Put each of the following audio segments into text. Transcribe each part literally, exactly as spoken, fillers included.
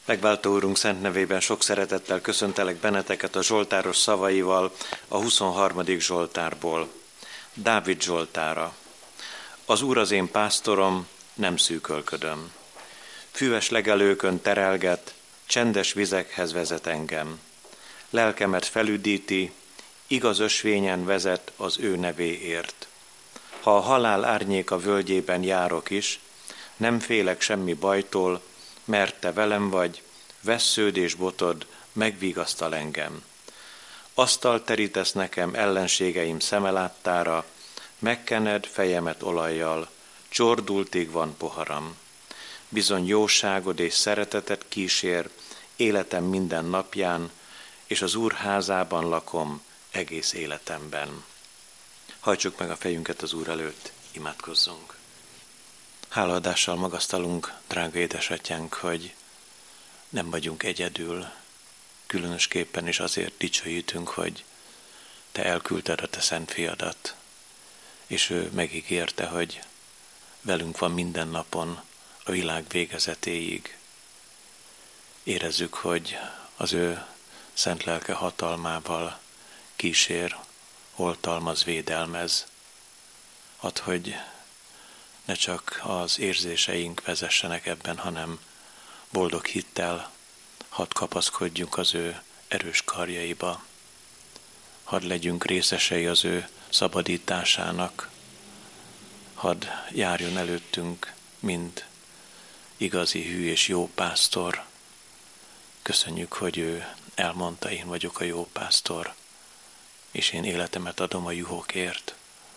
Megváltó Úrunk szent nevében sok szeretettel köszöntelek benneteket a zsoltáros szavaival a huszonharmadik zsoltárból. Dávid zsoltára. Az Úr az én pásztorom, nem szűkölködöm. Füves legelőkön terelget, csendes vizekhez vezet engem. Lelkemet felüdíti, igaz ösvényen vezet az ő nevéért. Ha a halál árnyéka völgyében járok is, nem félek semmi bajtól, mert te velem vagy, vessződ és botod megvigasztal engem. Asztalt terítesz nekem ellenségeim szemeláttára, megkened fejemet olajjal, csordultig van poharam. Bizony jóságod és szeretetet kísér életem minden napján, és az Úr házában lakom egész életemben. Hajtsuk meg a fejünket az Úr előtt, imádkozzunk. Hálaadással magasztalunk, drága édesatyánk, hogy nem vagyunk egyedül, különösképpen is azért dicsőítünk, hogy te elküldted a te szent fiadat, és ő megígérte, hogy velünk van minden napon a világ végezetéig. Érezzük, hogy az ő szent lelke hatalmával kísér, oltalmaz, védelmez. Add, hogy ne csak az érzéseink vezessenek ebben, hanem boldog hittel hadd kapaszkodjunk az ő erős karjaiba. Hadd legyünk részesei az ő szabadításának. Hadd járjon előttünk, mint igazi, hű és jó pásztor. Köszönjük, hogy ő elmondta, én vagyok a jó pásztor, és én életemet adom a juhokért.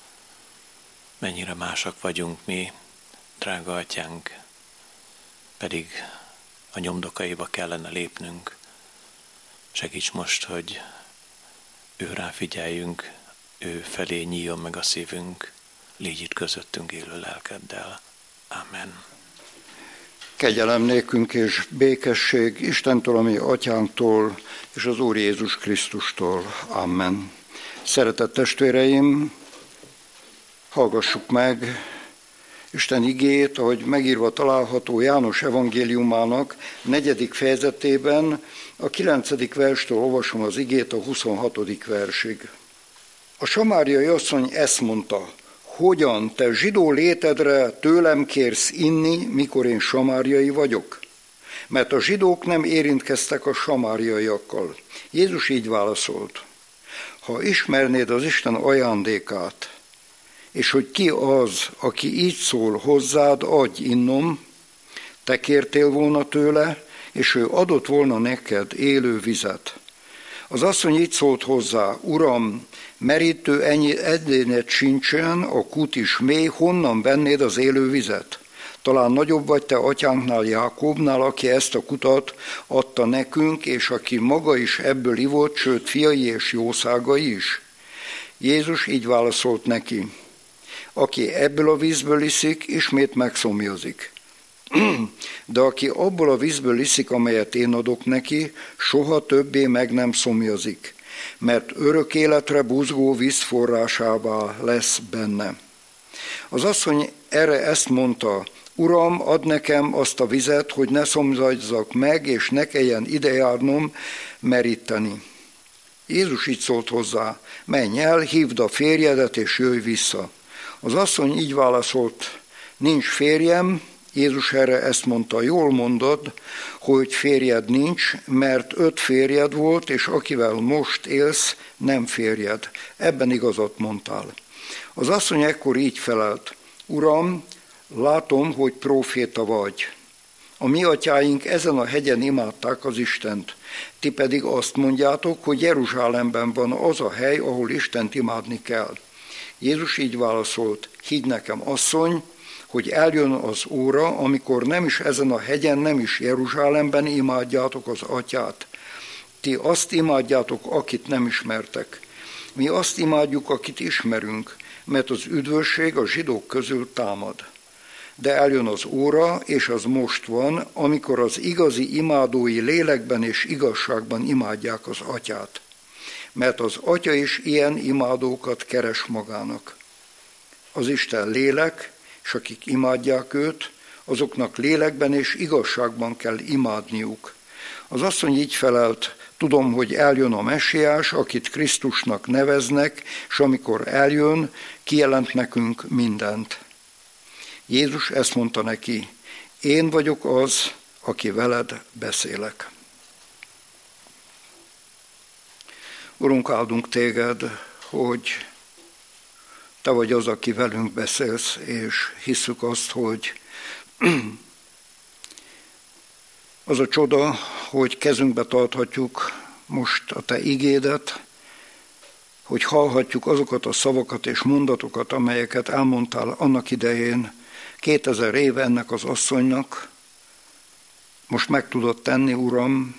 Mennyire másak vagyunk mi, drága atyánk, pedig a nyomdokaiba kellene lépnünk. Segíts most, hogy ő rá figyeljünk, ő felé nyíljon meg a szívünk, légy itt közöttünk élő lelkeddel. Amen. Kegyelem nékünk és békesség Istentől, a mi atyánktól, és az Úr Jézus Krisztustól. Amen. Szeretett testvéreim, hallgassuk meg Isten igéjét, ahogy megírva található János evangéliumának negyedik fejezetében, a kilencedik verstől olvasom az igét a huszonhatodik versig. A samáriai asszony ezt mondta: hogyan, te zsidó létedre tőlem kérsz inni, mikor én samáriai vagyok? Mert a zsidók nem érintkeztek a samáriaiakkal. Jézus így válaszolt: ha ismernéd az Isten ajándékát, és hogy ki az, aki így szól hozzád, adj innom, te kértél volna tőle, és ő adott volna neked élő vizet. Az asszony így szólt hozzá: Uram, merítő edényed sincsen, a kút is mély, honnan vennéd az élő vizet? Talán nagyobb vagy te atyánknál, Jákobnál, aki ezt a kutat adta nekünk, és aki maga is ebből ivott, sőt fiai és jószágai is. Jézus így válaszolt neki: aki ebből a vízből iszik, ismét megszomjazik. De aki abból a vízből iszik, amelyet én adok neki, soha többé meg nem szomjazik, mert örök életre buzgó víz forrásává lesz benne. Az asszony erre ezt mondta: Uram, add nekem azt a vizet, hogy ne szomjazzak meg, és ne kelljen idejárnom meríteni. Jézus így szólt hozzá: menj el, hívd a férjedet, és jöjj vissza. Az asszony így válaszolt: nincs férjem. Jézus erre ezt mondta: jól mondod, hogy férjed nincs, mert öt férjed volt, és akivel most élsz, nem férjed. Ebben igazat mondtál. Az asszony ekkor így felelt: Uram, látom, hogy próféta vagy. A mi atyáink ezen a hegyen imádták az Istent. Ti pedig azt mondjátok, hogy Jeruzsálemben van az a hely, ahol Istent imádni kell. Jézus így válaszolt: higgy nekem, asszony, hogy eljön az óra, amikor nem is ezen a hegyen, nem is Jeruzsálemben imádjátok az atyát. Ti azt imádjátok, akit nem ismertek. Mi azt imádjuk, akit ismerünk, mert az üdvösség a zsidók közül támad. De eljön az óra, és az most van, amikor az igazi imádói lélekben és igazságban imádják az atyát. Mert az atya is ilyen imádókat keres magának. Az Isten lélek, és akik imádják őt, azoknak lélekben és igazságban kell imádniuk, Az asszony így felelt: tudom, hogy eljön a Messiás, akit Krisztusnak neveznek, és amikor eljön, kijelent nekünk mindent. Jézus ezt mondta neki: én vagyok az, aki veled beszélek. Urunk, áldunk téged, hogy te vagy az, aki velünk beszélsz, és hisszük azt, hogy az a csoda, hogy kezünkbe tarthatjuk most a te igédet, hogy hallhatjuk azokat a szavakat és mondatokat, amelyeket elmondtál annak idején, kétezer éve ennek az asszonynak. Most meg tudod tenni, Uram,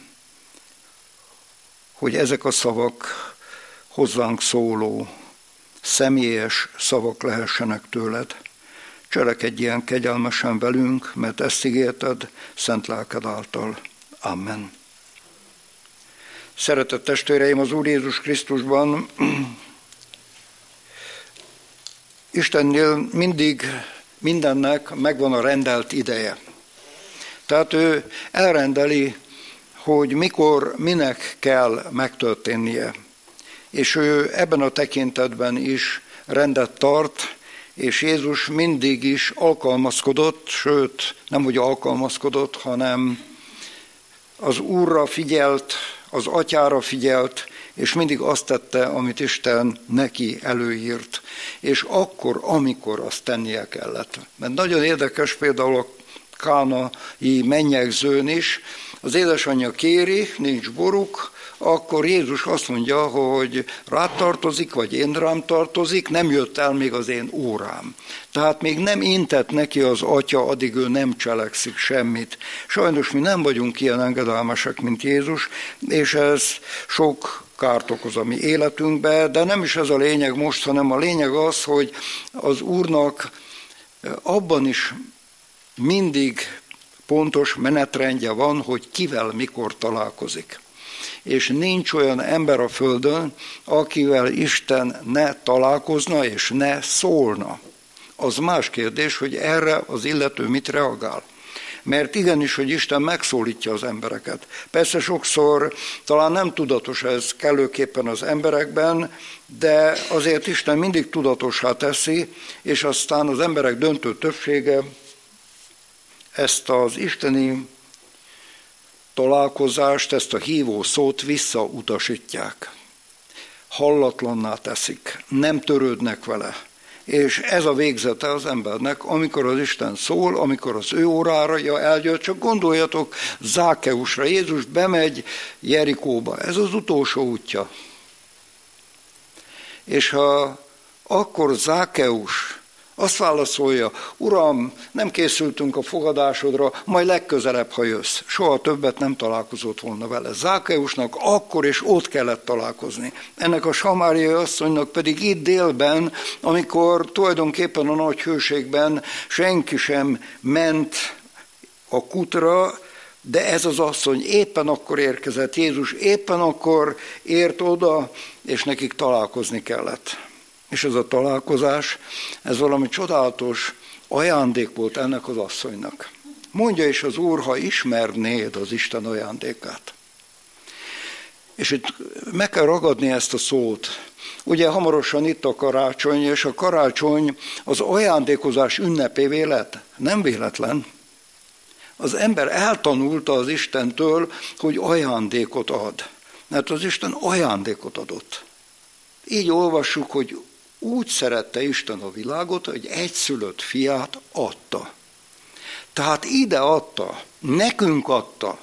hogy ezek a szavak hozzánk szóló, személyes szavak lehessenek tőled. Cselekedj ilyen kegyelmesen velünk, mert ezt ígérted szent lelked által. Amen. Szeretett testvéreim, az Úr Jézus Krisztusban Istennél mindig mindennek megvan a rendelt ideje. Tehát ő elrendeli, hogy mikor, minek kell megtörténnie. És ő ebben a tekintetben is rendet tart, és Jézus mindig is alkalmazkodott, sőt, nem hogy alkalmazkodott, hanem az Úrra figyelt, az Atyára figyelt, és mindig azt tette, amit Isten neki előírt. És akkor, amikor azt tennie kellett. Mert nagyon érdekes például a kánai mennyegzőn is, az édesanyja kéri, nincs boruk, akkor Jézus azt mondja, hogy rád tartozik, vagy én rám tartozik, nem jött el még az én órám. Tehát még nem intett neki az atya, addig ő nem cselekszik semmit. Sajnos mi nem vagyunk ilyen engedelmesek, mint Jézus, és ez sok kárt okoz a mi életünkbe, de nem is ez a lényeg most, hanem a lényeg az, hogy az Úrnak abban is mindig pontos menetrendje van, hogy kivel mikor találkozik. És nincs olyan ember a földön, akivel Isten ne találkozna és ne szólna. Az más kérdés, hogy erre az illető mit reagál. Mert igenis, hogy Isten megszólítja az embereket. Persze sokszor talán nem tudatos ez kellőképpen az emberekben, de azért Isten mindig tudatossá teszi, és aztán az emberek döntő többsége ezt az isteni találkozást, ezt a hívó szót visszautasítják. Hallatlanná teszik, nem törődnek vele. És ez a végzete az embernek, amikor az Isten szól, amikor az ő órája eljött, csak gondoljatok Zákeusra. Jézus bemegy Jerikóba, ez az utolsó útja. És ha akkor Zákeus azt válaszolja: Uram, nem készültünk a fogadásodra, majd legközelebb, ha jössz. Soha többet nem találkozott volna vele. Zákeusnak akkor és ott kellett találkozni. Ennek a samáriai asszonynak pedig itt délben, amikor tulajdonképpen a nagy hőségben senki sem ment a kutra, de ez az asszony éppen akkor érkezett. Jézus éppen akkor ért oda, és nekik találkozni kellett. És ez a találkozás, ez valami csodálatos ajándék volt ennek az asszonynak. Mondja is az Úr, ha ismernéd az Isten ajándékát. És itt meg kell ragadni ezt a szót. Ugye hamarosan itt a karácsony, és a karácsony az ajándékozás ünnepévé lett. Nem véletlen. Az ember eltanulta az Istentől, hogy ajándékot ad. Mert az Isten ajándékot adott. Így olvassuk, hogy úgy szerette Isten a világot, hogy egyszülött fiát adta. Tehát ide adta, nekünk adta.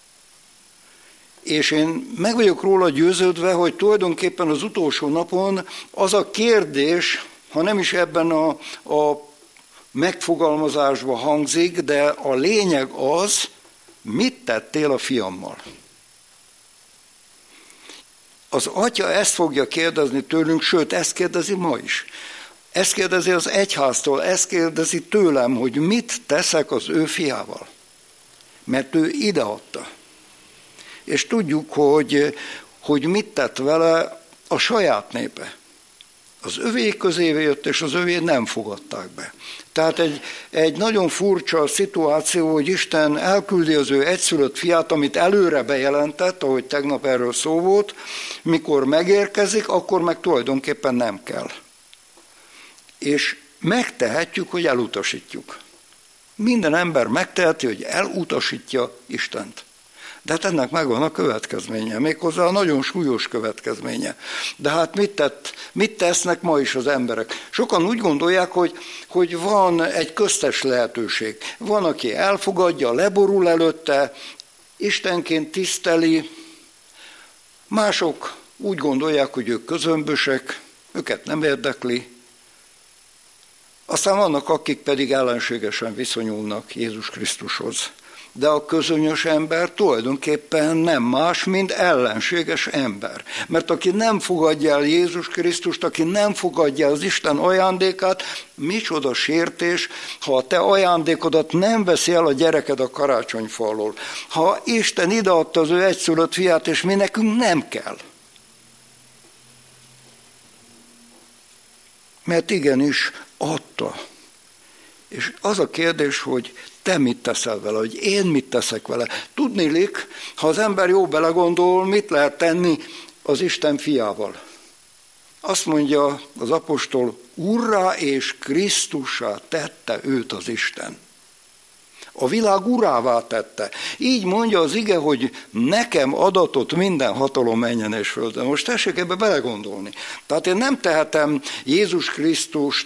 És én meg vagyok róla győződve, hogy tulajdonképpen az utolsó napon az a kérdés, ha nem is ebben a, a megfogalmazásban hangzik, de a lényeg az, mit tettél a fiammal? Az atya ezt fogja kérdezni tőlünk, sőt, ezt kérdezi ma is. Ezt kérdezi az egyháztól, ezt kérdezi tőlem, hogy mit teszek az ő fiával. Mert ő ideadta. És tudjuk, hogy, hogy mit tett vele a saját népe. Az övé közévé jött, és az övé nem fogadták be. Tehát egy, egy nagyon furcsa szituáció, hogy Isten elküldi az ő egyszülött fiát, amit előre bejelentett, ahogy tegnap erről szó volt, mikor megérkezik, akkor meg tulajdonképpen nem kell. És megtehetjük, hogy elutasítjuk. Minden ember megteheti, hogy elutasítja Istent. De hát ennek megvan a következménye, méghozzá a nagyon súlyos következménye. De hát mit, tett, mit tesznek ma is az emberek? Sokan úgy gondolják, hogy, hogy van egy köztes lehetőség. Van, aki elfogadja, leborul előtte, Istenként tiszteli. Mások úgy gondolják, hogy ők közömbösek, őket nem érdekli. Aztán vannak, akik pedig ellenségesen viszonyulnak Jézus Krisztushoz. De a közönyös ember tulajdonképpen nem más, mint ellenséges ember. Mert aki nem fogadja el Jézus Krisztust, aki nem fogadja az Isten ajándékát, micsoda sértés, ha a te ajándékodat nem veszi el a gyereked a karácsonyfa alól. Ha Isten ideadta az ő egyszülött fiát, és mi nekünk nem kell. Mert igenis adta. És az a kérdés, hogy te mit teszel vele, hogy én mit teszek vele. Tudniillik, ha az ember jó belegondol, mit lehet tenni az Isten fiával. Azt mondja az apostol, Urrá és Krisztussá tette őt az Isten. A világ urává tette. Így mondja az ige, hogy nekem adatott minden hatalom menjen és földön. Most tessék ebbe belegondolni. Tehát én nem tehetem Jézus Krisztust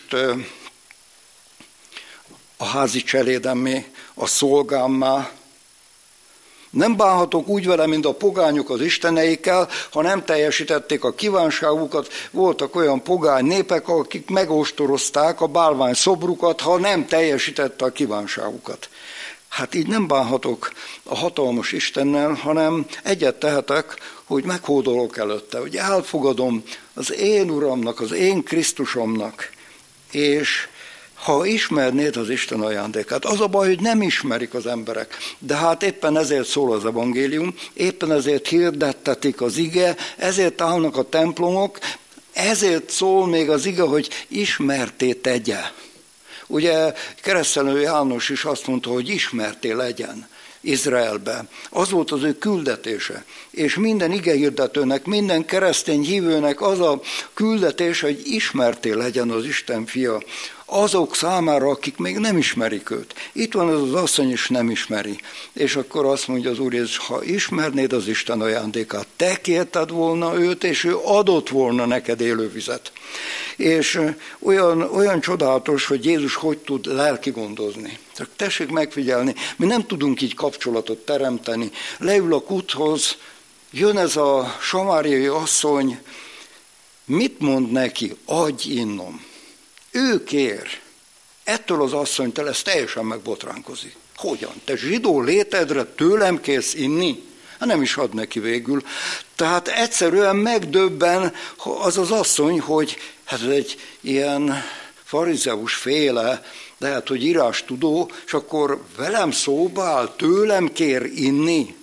a házi cselédemmé, a szolgámmá. Nem bánhatok úgy vele, mint a pogányok az isteneikkel, ha nem teljesítették a kívánságukat. Voltak olyan pogány népek, akik megostorozták a bálvány szobrukat, ha nem teljesítette a kívánságukat. Hát így nem bánhatok a hatalmas Istennel, hanem egyet tehetek, hogy meghódolok előtte, hogy elfogadom az én Uramnak, az én Krisztusomnak, és ha ismernéd az Isten ajándékát. Az a baj, hogy nem ismerik az emberek. De hát éppen ezért szól az evangélium, éppen ezért hirdettetik az ige, ezért állnak a templomok, ezért szól még az ige, hogy ismerté tegye. Ugye Keresztelő János is azt mondta, hogy ismerté legyen Izraelbe. Az volt az ő küldetése. És minden igehirdetőnek, minden keresztény hívőnek az a küldetés, hogy ismerté legyen az Isten fia. Azok számára, akik még nem ismerik őt. Itt van ez az asszony is nem ismeri. És akkor azt mondja az Úr Jézus, ha ismernéd az Isten ajándékát, te kérted volna őt, és ő adott volna neked élővizet. És olyan, olyan csodálatos, hogy Jézus hogy tud lelki gondozni. Csak tessék megfigyelni, mi nem tudunk így kapcsolatot teremteni. Leül a kúthoz, jön ez a samáriai asszony, mit mond neki? Adj innom. Ő kér. Ettől az asszonytól ez teljesen megbotránkozik. Hogyan? Te zsidó létedre tőlem kérsz inni? Hát nem is ad neki végül. Tehát egyszerűen megdöbben az az asszony, hogy hát ez egy ilyen farizeus féle, de hát, hogy írástudó, és akkor velem szóba áll, tőlem kér inni.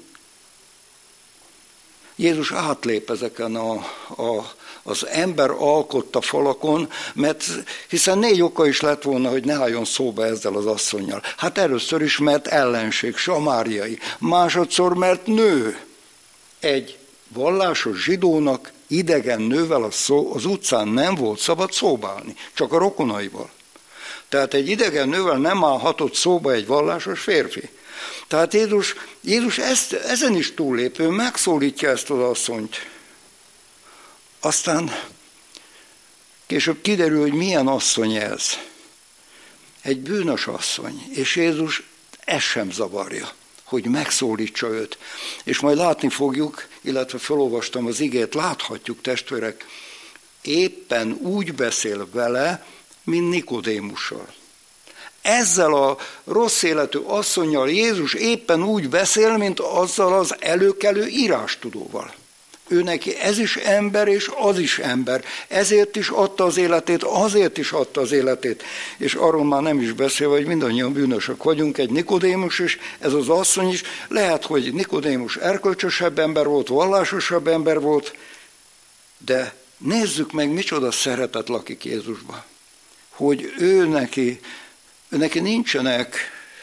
Jézus átlép ezeken a, a, az ember alkotta falakon, mert hiszen négy oka is lett volna, hogy ne álljon szóba ezzel az asszonnyal. Hát először is, mert ellenség, samáriai. Másodszor, mert nő. Egy vallásos zsidónak idegen nővel az, szó, az utcán nem volt szabad szóba állni, csak a rokonaival. Tehát egy idegen nővel nem állhatott szóba egy vallásos férfi. Tehát Jézus, Jézus ezt, ezen is túllépő, megszólítja ezt az asszonyt. Aztán később kiderül, hogy milyen asszony ez. Egy bűnös asszony. És Jézus ezt sem zavarja, hogy megszólítsa őt. És majd látni fogjuk, illetve felolvastam az igét, láthatjuk, testvérek, éppen úgy beszél vele, mint Nikodémussal. Ezzel a rossz életű asszonnyal Jézus éppen úgy beszél, mint azzal az előkelő írástudóval. Ő neki ez is ember, és az is ember. Ezért is adta az életét, azért is adta az életét. És arról már nem is beszélve, hogy mindannyian bűnösök vagyunk, egy Nikodémus is, ez az asszony is. Lehet, hogy Nikodémus erkölcsösebb ember volt, vallásosabb ember volt, de Nézzük meg, micsoda szeretet lakik Jézusba. Hogy ő neki, ő neki nincsenek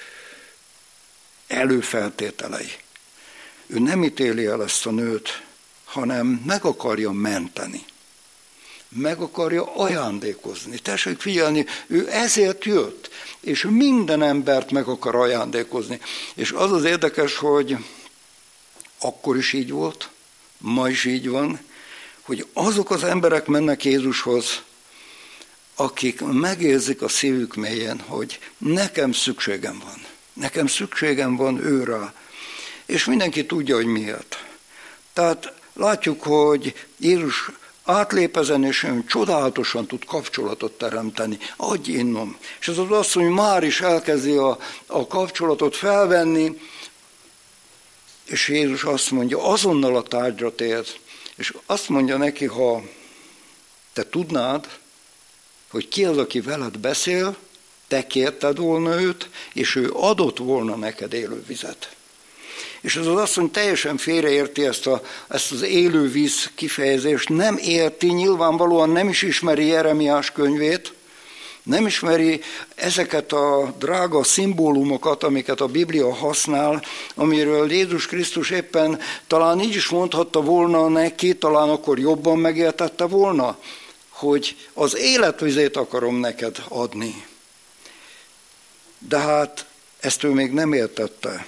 előfeltételei. Ő nem ítéli el ezt a nőt, hanem meg akarja menteni. Meg akarja ajándékozni. Tessék figyelni, ő ezért jött, és minden embert meg akar ajándékozni. És az az érdekes, hogy akkor is így volt, ma is így van, hogy azok az emberek mennek Jézushoz, akik megérzik a szívük mélyen, hogy nekem szükségem van. Nekem szükségem van őre. És mindenki tudja, hogy miért. Tehát látjuk, hogy Jézus átlép ezen, és olyan csodálatosan tud kapcsolatot teremteni. Adj innom. És az az asszony már is elkezdi a, a kapcsolatot felvenni, és Jézus azt mondja, azonnal a tárgyra tért, és azt mondja neki, ha te tudnád, hogy ki az, aki veled beszél, te kérted volna őt, és ő adott volna neked élő vizet. És az az asszony teljesen félreérti ezt, a, ezt az élővíz kifejezést, nem érti, nyilvánvalóan nem is ismeri Jeremiás könyvét, nem ismeri ezeket a drága szimbólumokat, amiket a Biblia használ, amiről Jézus Krisztus éppen talán így is mondhatta volna neki, talán akkor jobban megértette volna, hogy az életvizét akarom neked adni. De hát ezt ő még nem értette.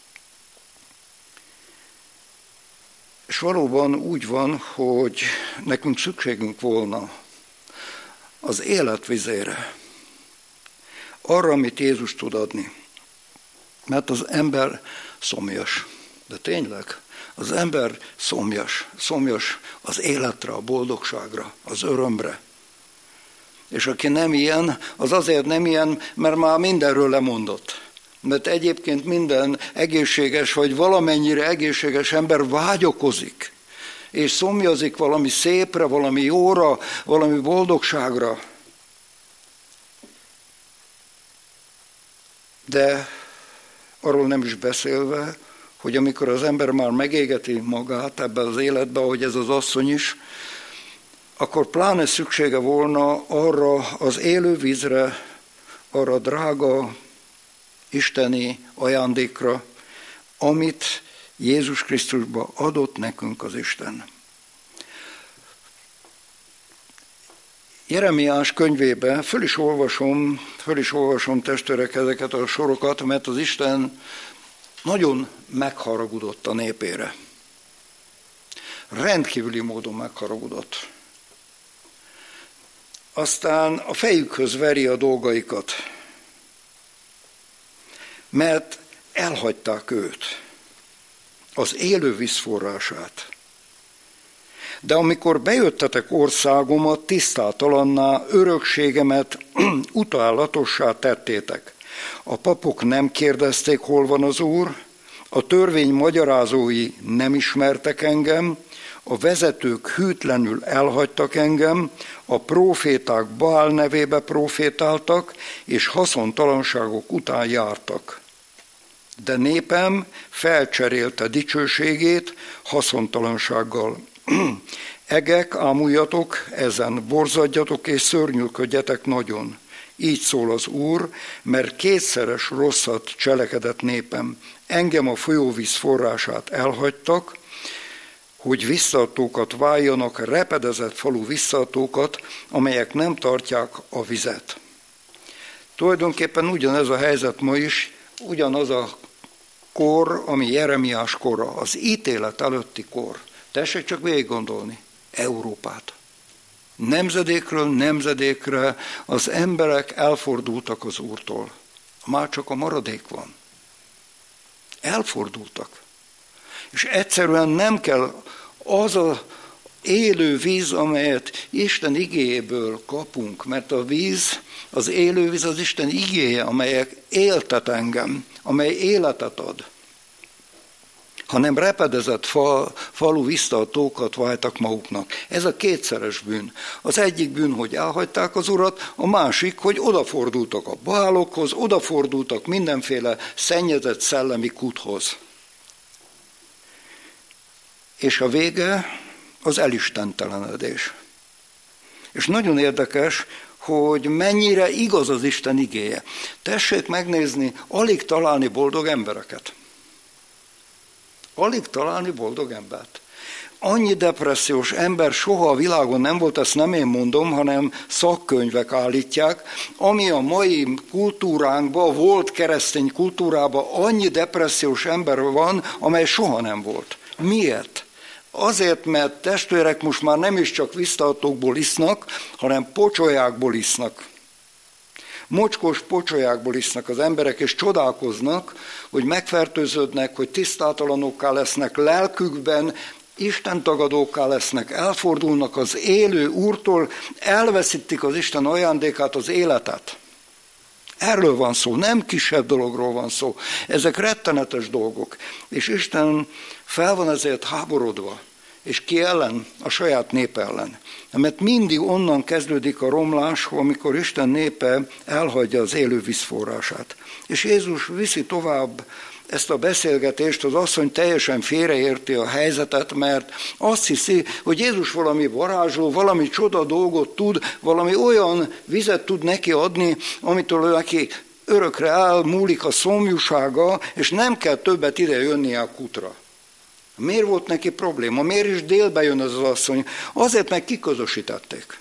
És valóban úgy van, hogy nekünk szükségünk volna az életvizére, arra, amit Jézus tud adni. Mert az ember szomjas. De tényleg, az ember szomjas. Szomjas az életre, a boldogságra, az örömre. És aki nem ilyen, az azért nem ilyen, mert már mindenről lemondott. Mert egyébként minden egészséges, vagy valamennyire egészséges ember vágyakozik, és szomjazik valami szépre, valami jóra, valami boldogságra. De arról nem is beszélve, hogy amikor az ember már megégeti magát ebben az életben, ahogy ez az asszony is, akkor pláne szüksége volna arra az élő vízre, arra drága isteni ajándékra, amit Jézus Krisztusba adott nekünk az Isten. Jeremiás könyvében föl is olvasom, föl is olvasom testvérek ezeket a sorokat, mert az Isten nagyon megharagudott a népére. Rendkívüli módon megharagudott. Aztán a fejükhöz veri a dolgaikat, mert elhagyták őt, az élő vízforrását. De amikor bejöttetek országomat, tisztátalanná, örökségemet utálatossá tettétek. A papok nem kérdezték, hol van az Úr, a törvény magyarázói nem ismertek engem, a vezetők hűtlenül elhagytak engem, a próféták Baál nevébe prófétáltak, és haszontalanságok után jártak. De népem felcserélte dicsőségét haszontalansággal. Egek, ámuljatok, ezen borzadjatok és szörnyűködjetek nagyon. Így szól az Úr, mert kétszeres rosszat cselekedett népem. Engem a folyóvíz forrását elhagytak, hogy visszatókat váljanak, repedezett falu visszatókat, amelyek nem tartják a vizet. Tulajdonképpen ugyanez a helyzet ma is, ugyanaz a kor, ami Jeremiás kora, az ítélet előtti kor. Tessék csak végig gondolni, Európát. Nemzedékről nemzedékre az emberek elfordultak az Úrtól. Már csak a maradék van. Elfordultak. És egyszerűen nem kell az a élő víz, amelyet Isten igéjéből kapunk, mert a víz, az élő víz az Isten igéje, amelyek éltet engem, amely életet ad. Hanem repedezett fal, falu visszatókat váltak maguknak. Ez a kétszeres bűn. Az egyik bűn, hogy elhagyták az Urat, a másik, hogy odafordultak a bálokhoz, odafordultak mindenféle szennyezett szellemi kuthoz. És a vége az elistentelenedés. És nagyon érdekes, hogy mennyire igaz az Isten igéje. Tessék megnézni, alig találni boldog embereket. Alig találni boldog embert. Annyi depressziós ember soha a világon nem volt, ezt nem én mondom, hanem szakkönyvek állítják, ami a mai kultúránkban, volt keresztény kultúrában, annyi depressziós ember van, amely soha nem volt. Miért? Azért, mert testvérek most már nem is csak víztartókból isznak, hanem pocsolyákból isznak. Mocskos pocsolyákból isznak az emberek, és csodálkoznak, hogy megfertőződnek, hogy tisztátalanokká lesznek lelkükben, Isten tagadókká lesznek, elfordulnak az élő Úrtól, elveszítik az Isten ajándékát, az életet. Erről van szó, nem kisebb dologról van szó. Ezek rettenetes dolgok. És Isten fel van ezért háborodva. És ki ellen? A saját népe ellen. Mert mindig onnan kezdődik a romlás, amikor Isten népe elhagyja az élő vízforrását. És Jézus viszi tovább ezt a beszélgetést, az asszony teljesen félreérti a helyzetet, mert azt hiszi, hogy Jézus valami varázsló, valami csoda dolgot tud, valami olyan vizet tud neki adni, amitől neki örökre elmúlik a szomjúsága, és nem kell többet ide jönnie a kutra. Miért volt neki probléma? Miért is délbe jön ez az asszony? Azért meg kiközösítették.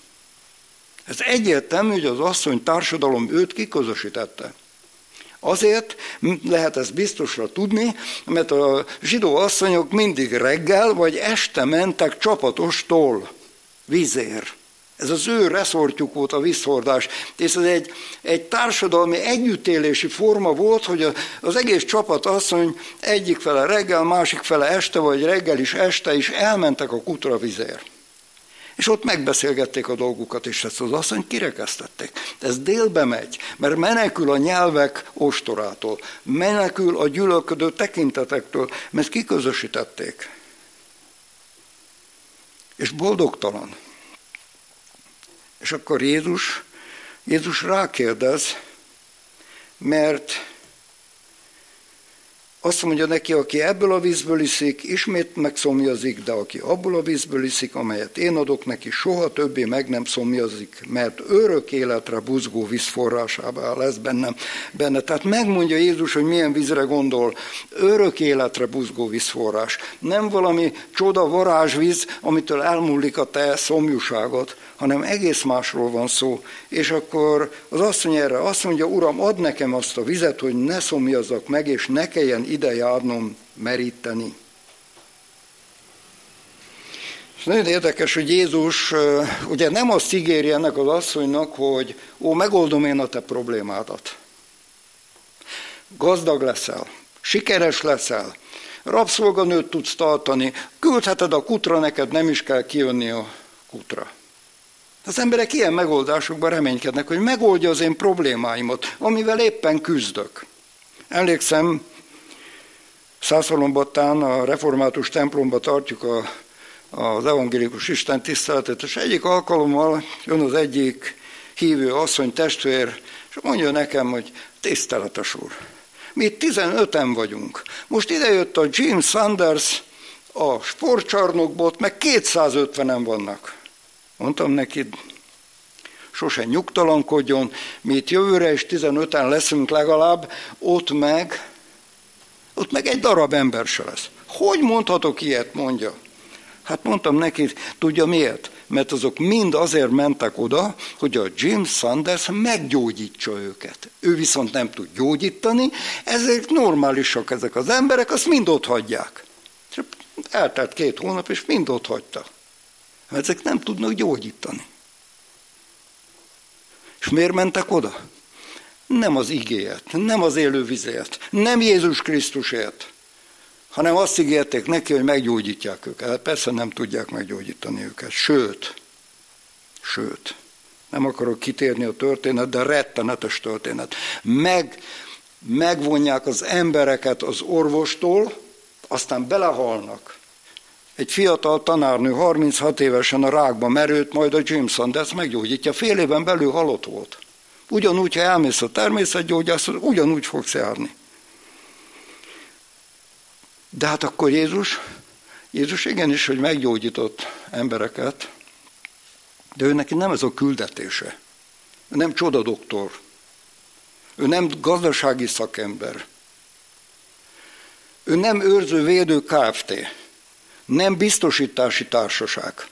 Ez egyértelmű, hogy az asszony társadalom őt kiközösítette. Azért lehet ezt biztosra tudni, mert a zsidó asszonyok mindig reggel vagy este mentek csapatostól vízért. Ez az ő reszortjuk volt a vízhordás. És ez egy, egy társadalmi együttélési forma volt, hogy az egész csapat asszony egyik fele reggel, másik fele este, vagy reggel is este is elmentek a kutra vízért. És ott megbeszélgették a dolgukat, és ezt az asszony kirekesztették. Ez délbe megy, mert menekül a nyelvek ostorától, menekül a gyűlölködő tekintetektől, mert kiközösítették. És boldogtalan. És akkor Jézus, Jézus rákérdez, mert azt mondja neki, aki ebből a vízből iszik, ismét megszomjazik, de aki abból a vízből iszik, amelyet én adok neki, soha többé meg nem szomjazik, mert örök életre buzgó vízforrásában lesz bennem, benne. Tehát megmondja Jézus, hogy milyen vízre gondol. Örök életre buzgó vízforrás. Nem valami csoda varázsvíz, amitől elmúlik a te szomjúságot, hanem egész másról van szó. És akkor az asszony erre azt mondja, Uram, add nekem azt a vizet, hogy ne szomjazzak meg, és ne kelljen ide járnom meríteni. És nagyon érdekes, hogy Jézus ugye nem azt ígéri ennek az asszonynak, hogy ó, megoldom én a te problémádat. Gazdag leszel, sikeres leszel, rabszolganőt tudsz tartani, küldheted a kutra, neked nem is kell kijönni a kutra. Az emberek ilyen megoldásokban reménykednek, hogy megoldja az én problémáimat, amivel éppen küzdök. Emlékszem, Szászolombattán a református templomba tartjuk a, az evangélikus Isten tiszteletet, és egyik alkalommal jön az egyik hívő asszony testvér, és mondja nekem, hogy tiszteletes úr, mi itt tizenöten vagyunk. Most idejött a Jim Sanders a sportcsarnokból, meg kétszázötvenen vannak. Mondtam neki, sose nyugtalankodjon, mi itt jövőre is tizenöten leszünk legalább, ott meg, ott meg egy darab ember se lesz. Hogy mondhatok ilyet, mondja. Hát mondtam neki, tudja miért? Mert azok mind azért mentek oda, hogy a Jim Sanders meggyógyítsa őket. Ő viszont nem tud gyógyítani, ezek normálisak ezek az emberek, azt mind ott hagyják. És eltelt két hónap, és mind ott hagyta. Mert ezek nem tudnak gyógyítani. És miért mentek oda? Nem az igéért, nem az élő vizért, nem Jézus Krisztusért, hanem azt ígérték neki, hogy meggyógyítják őket. Hát persze nem tudják meggyógyítani őket. Sőt, sőt, nem akarok kitérni a történet, de rettenetes történet. Meg, megvonják az embereket az orvostól, aztán belehalnak. Egy fiatal tanárnő harminchat évesen a rákba merült, majd a Jim Sanders meggyógyítja. Fél éven belül halott volt. Ugyanúgy, ha elmész a természetgyógyászhoz, ugyanúgy fogsz járni. De hát akkor Jézus, Jézus igenis, hogy meggyógyított embereket, De ő neki nem ez a küldetése. Ő nem csodadoktor. Ő nem gazdasági szakember. Ő nem őrző-védő Kft. Nem biztosítási társaság.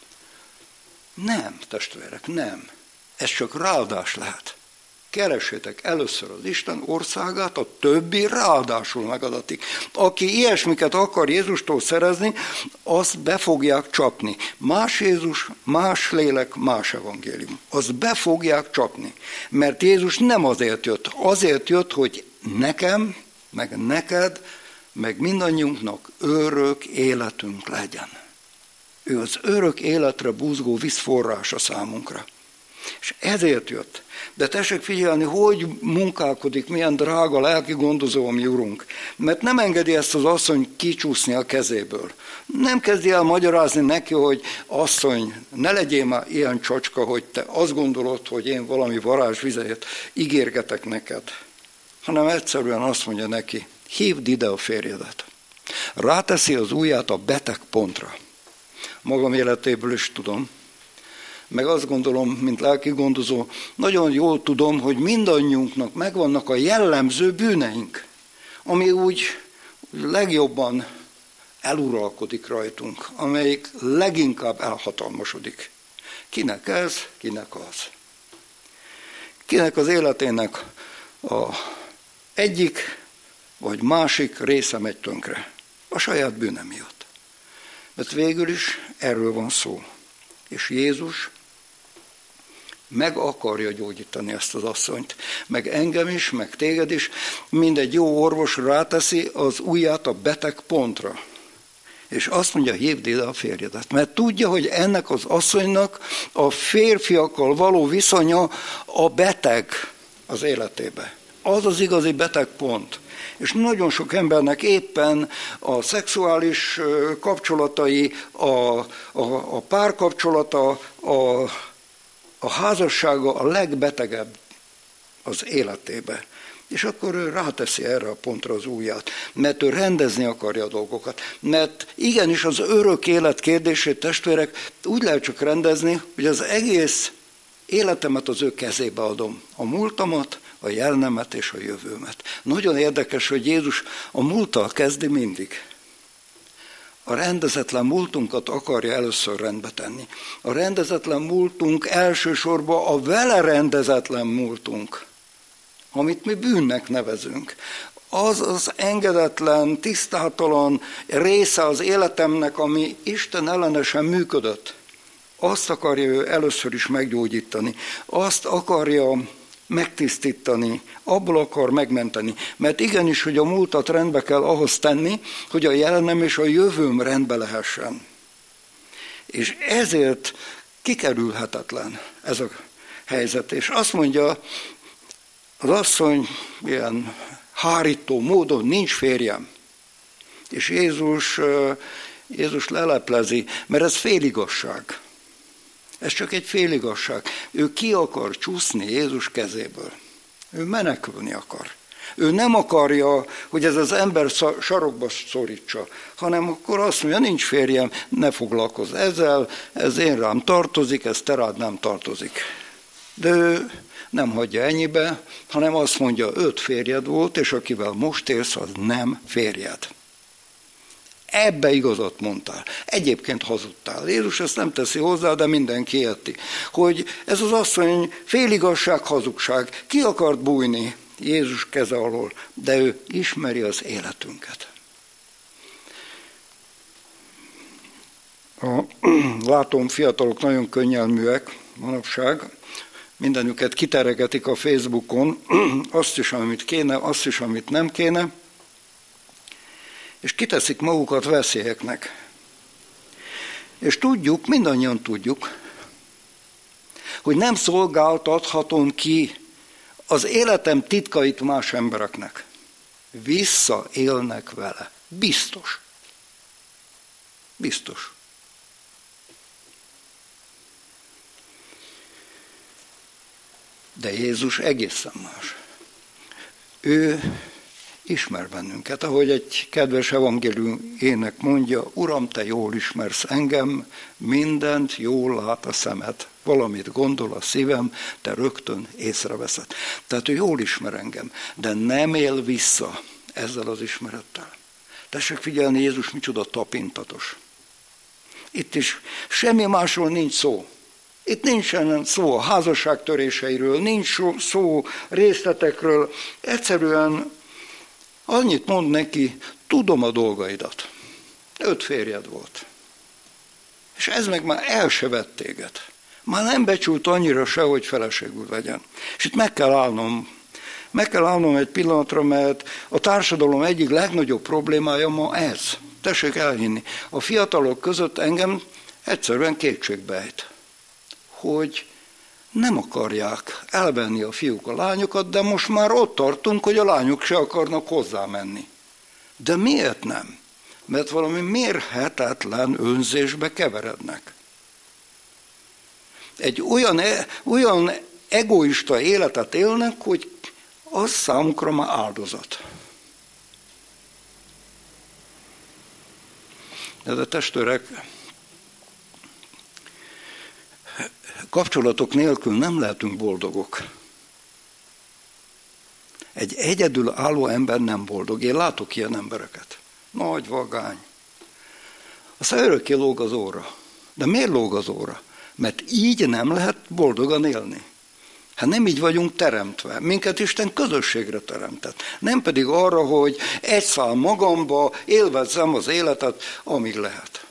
Nem, testvérek, nem. Ez csak ráadás lehet. Keressétek először az Isten országát, a többi ráadásul megadatik. Aki ilyesmiket akar Jézustól szerezni, azt be fogják csapni. Más Jézus, más lélek, más evangélium. Azt be fogják csapni. Mert Jézus nem azért jött. Azért jött, hogy nekem, meg neked, meg mindannyiunknak örök életünk legyen. Ő az örök életre buzgó víz forrása számunkra. És ezért jött. De tessék figyelni, hogy munkálkodik, milyen drága lelki gondozó a mi Urunk. Mert nem engedi ezt az asszony kicsúszni a kezéből. Nem kezdi el magyarázni neki, hogy asszony, ne legyél már ilyen csocska, hogy te azt gondolod, hogy én valami varázsvizet ígérgetek neked. Hanem egyszerűen azt mondja neki, hívd ide a férjedet. Ráteszi az ujját a beteg pontra. Magam életéből is tudom. Meg azt gondolom, mint lelki gondozó, nagyon jól tudom, hogy mindannyiunknak megvannak a jellemző bűneink, ami úgy legjobban eluralkodik rajtunk, amelyik leginkább elhatalmasodik. Kinek ez, kinek az. Kinek az életének a egyik vagy másik része megy tönkre. A saját bűne miatt. Mert végül is erről van szó. És Jézus meg akarja gyógyítani ezt az asszonyt. Meg engem is, meg téged is. Mindegy jó orvos ráteszi az ujját a beteg pontra. És azt mondja, hívd ide a férjedet. Mert tudja, hogy ennek az asszonynak a férfiakkal való viszonya a beteg az életébe. Az az igazi beteg pont. És nagyon sok embernek éppen a szexuális kapcsolatai, a, a, a párkapcsolata, a, a házassága a legbetegebb az életébe. És akkor ő ráteszi erre a pontra az ujját, mert ő rendezni akarja a dolgokat. Mert igenis az örök élet kérdését, testvérek, úgy lehet csak rendezni, hogy az egész életemet az ő kezébe adom. A múltamat, a jelenemet és a jövőmet. Nagyon érdekes, hogy Jézus a múlttal kezdi mindig. A rendezetlen múltunkat akarja először rendbe tenni. A rendezetlen múltunk elsősorban a vele rendezetlen múltunk, amit mi bűnnek nevezünk. Az az engedetlen, tisztátalan része az életemnek, ami Isten ellenesen működött. Azt akarja ő először is meggyógyítani. Azt akarja megtisztítani, abból akar megmenteni. Mert igenis, hogy a múltat rendbe kell ahhoz tenni, hogy a jelenem és a jövőm rendbe lehessen. És ezért kikerülhetetlen ez a helyzet. És azt mondja az asszony ilyen hárító módon, nincs férjem. És Jézus, Jézus leleplezi, mert ez féligasság. Ez csak egy féligasság. Ő ki akar csúszni Jézus kezéből. Ő menekülni akar. Ő nem akarja, hogy ez az ember sarokba szorítsa, hanem akkor azt mondja, nincs férjem, ne foglalkozz ezzel, ez én rám tartozik, ez te rád nem tartozik. De ő nem hagyja ennyibe, hanem azt mondja, öt férjed volt, és akivel most élsz, az nem férjed. Ebbe igazat mondtál. Egyébként hazudtál. Jézus ezt nem teszi hozzá, de mindenki érti, hogy ez az asszony féligasság, hazugság. Ki akart bújni Jézus keze alól, de ő ismeri az életünket. A, látom, fiatalok nagyon könnyelműek manapság, mindenüket kiteregetik a Facebookon, azt is, amit kéne, azt is, amit nem kéne, és kiteszik magukat veszélyeknek. És tudjuk, mindannyian tudjuk, hogy nem szolgáltathatom ki az életem titkait más embereknek. Visszaélnek vele. Biztos. Biztos. De Jézus egészen más. Ő ismer bennünket. Ahogy egy kedves evangélium ének mondja, Uram, te jól ismersz engem, mindent jól lát a szemed. Valamit gondol a szívem, te rögtön észreveszed. Tehát ő jól ismer engem, de nem él vissza ezzel az ismerettel. Tessék figyelni, Jézus micsoda tapintatos. Itt is semmi másról nincs szó. Itt nincsen szó a házasság töréseiről, nincs szó részletekről. Egyszerűen annyit mond neki, tudom a dolgaidat. Öt férjed volt. És ez meg már el se vett téged. Már nem becsült annyira se, hogy feleségül legyen. És itt meg kell állnom, meg kell állnom egy pillanatra, mert a társadalom egyik legnagyobb problémája ma ez. Tessék elhinni. A fiatalok között engem egyszerűen kétségbe ejt, hogy nem akarják elvenni a fiúk a lányokat, de most már ott tartunk, hogy a lányok se akarnak hozzá menni. De miért nem? Mert valami mérhetetlen önzésbe keverednek. Egy olyan, olyan egoista életet élnek, hogy az számukra már áldozat. De a testvérek, kapcsolatok nélkül nem lehetünk boldogok. Egy egyedül álló ember nem boldog. Én látok ilyen embereket. Nagy vagány. Aztán örökké lóg az óra. De miért lóg az óra? Mert így nem lehet boldogan élni. Hát nem így vagyunk teremtve. Minket Isten közösségre teremtett. Nem pedig arra, hogy egy szál magamba élvezzem az életet, amíg lehet.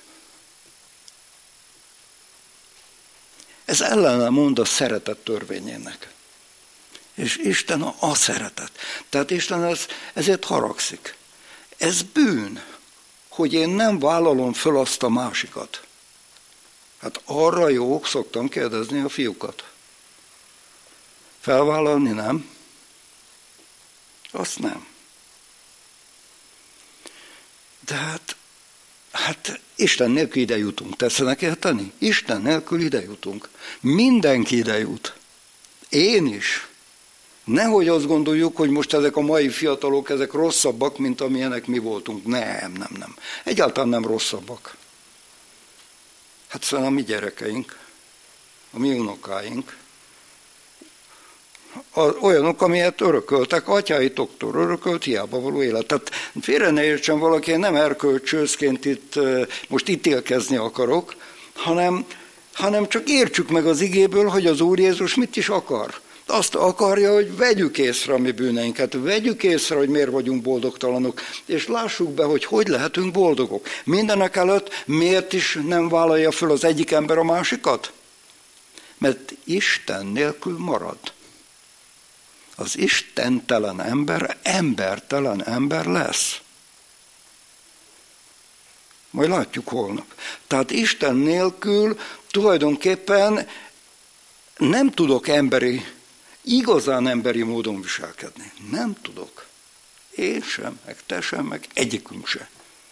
Ez ellene mond a szeretet törvényének. És Isten a, a szeretet. Tehát Isten ez, ezért haragszik. Ez bűn, hogy én nem vállalom föl azt a másikat. Hát arra jók, szoktam kérdezni a fiúkat. Felvállalni nem? Azt nem. De hát, hát Isten nélkül ide jutunk. Tetszenek érteni? Isten nélkül ide jutunk. Mindenki ide jut. Én is. Nehogy azt gondoljuk, hogy most ezek a mai fiatalok, ezek rosszabbak, mint amilyenek mi voltunk. Nem, nem, nem. Egyáltalán nem rosszabbak. Hát szóval a mi gyerekeink, a mi unokáink, olyanok, amilyet örököltek, atyáitoktól örökölt, hiába való élet. Tehát félre ne értsen valaki, én nem erkölcsőszként itt most ítélkezni akarok, hanem, hanem csak értsük meg az igéből, hogy az Úr Jézus mit is akar. Azt akarja, hogy vegyük észre a mi bűneinket, vegyük észre, hogy miért vagyunk boldogtalanok, és lássuk be, hogy hogy lehetünk boldogok. Mindenek előtt miért is nem vállalja föl az egyik ember a másikat? Mert Isten nélkül marad. Az istentelen ember embertelen ember lesz. Majd látjuk holnap. Tehát Isten nélkül tulajdonképpen nem tudok emberi, igazán emberi módon viselkedni. Nem tudok. Én sem, meg te sem, meg egyikünk sem.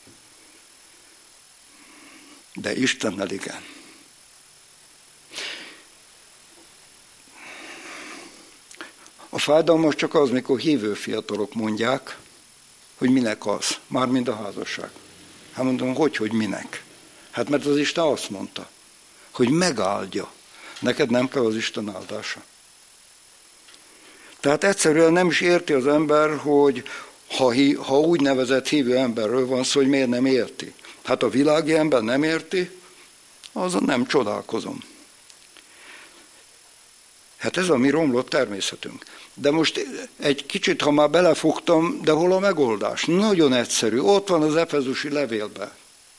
De Istennel igen. A fájdalmas csak az, mikor hívő fiatalok mondják, hogy minek az, mármint a házasság. Hát mondom, hogy, hogy minek? Hát mert az Isten azt mondta, hogy megáldja. Neked nem kell az Isten áldása. Tehát egyszerűen nem is érti az ember, hogy ha, ha úgynevezett hívő emberről van szó, hogy miért nem érti. Hát a világi ember nem érti, azon nem csodálkozom. Hát ez a mi romlott természetünk. De most egy kicsit, ha már belefogtam, de hol a megoldás? Nagyon egyszerű. Ott van az Efezusi levélben.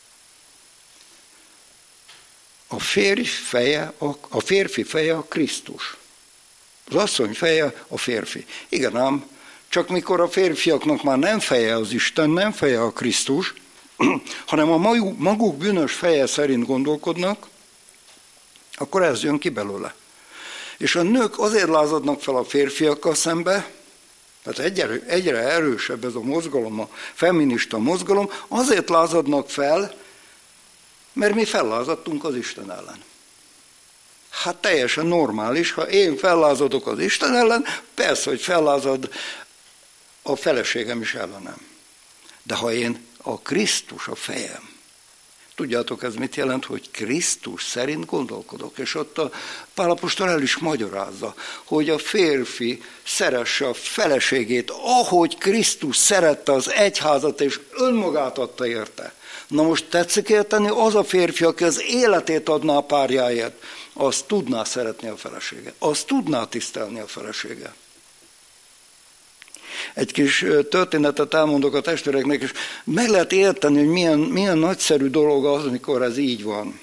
A férfi feje a, a férfi feje a Krisztus. Az asszony feje a férfi. Igen ám, csak mikor a férfiaknak már nem feje az Isten, nem feje a Krisztus, hanem a maguk bűnös feje szerint gondolkodnak, akkor ez jön ki belőle. És a nők azért lázadnak fel a férfiakkal szembe, tehát egyre, egyre erősebb ez a mozgalom, a feminista mozgalom, azért lázadnak fel, mert mi fellázadtunk az Isten ellen. Hát teljesen normális, ha én fellázadok az Isten ellen, persze, hogy fellázad a feleségem is ellenem. De ha én a Krisztus a fejem, tudjátok, ez mit jelent, hogy Krisztus szerint gondolkodok. És ott a Pál apostol el is magyarázza, hogy a férfi szeresse a feleségét, ahogy Krisztus szerette az egyházat, és önmagát adta érte. Na most tetszik érteni, az a férfi, aki az életét adná a párjáért, az tudná szeretni a feleséget, az tudná tisztelni a feleséget. Egy kis történetet elmondok a testvéreknek, és meg lehet érteni, hogy milyen, milyen nagyszerű dolog az, amikor ez így van.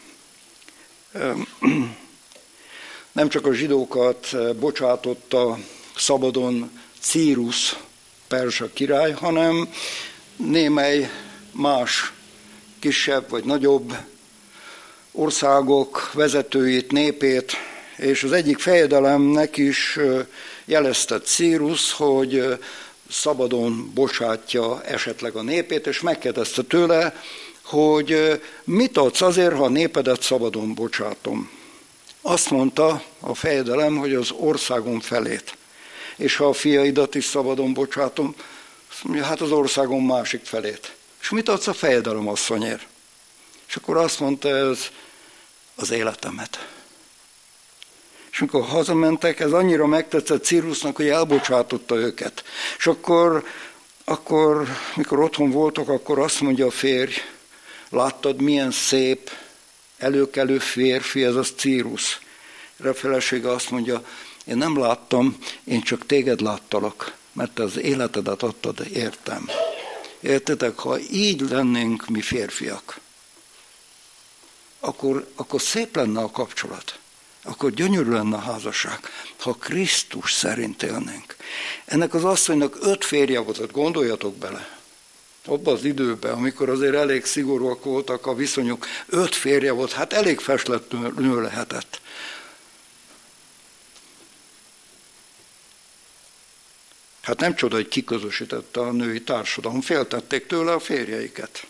Nem csak a zsidókat bocsátotta szabadon Círus perzsa király, hanem némely más kisebb vagy nagyobb országok vezetőit, népét, és az egyik fejedelemnek is jelezte Círus, hogy szabadon bocsátja esetleg a népét, és megkérdezte tőle, hogy mit adsz azért, ha a népedet szabadon bocsátom. Azt mondta a fejedelem, hogy az országom felét. És ha a fiaidat is szabadon bocsátom, azt mondja, hát az országom másik felét. És mit adsz a fejedelem asszonyért? És akkor azt mondta, ez az életemet. És amikor hazamentek, ez annyira megtetszett Círusnak, hogy elbocsátotta őket. És akkor, akkor, mikor otthon voltak, akkor azt mondja a férj, láttad, milyen szép, előkelő férfi ez az Círus. Erre a felesége azt mondja, én nem láttam, én csak téged láttalak, mert te az életedet adtad, értem. Értetek, ha így lennénk mi férfiak, akkor, akkor szép lenne a kapcsolat. Akkor gyönyörű lenne a házasság, ha Krisztus szerint élnénk. Ennek az asszonynak öt férje volt, gondoljatok bele. Abban az időben, amikor azért elég szigorúak voltak a viszonyok, öt férje volt, hát elég feslett nő lehetett. Hát nem csoda, hogy kiközösítette a női társadalom, féltették tőle a férjeiket.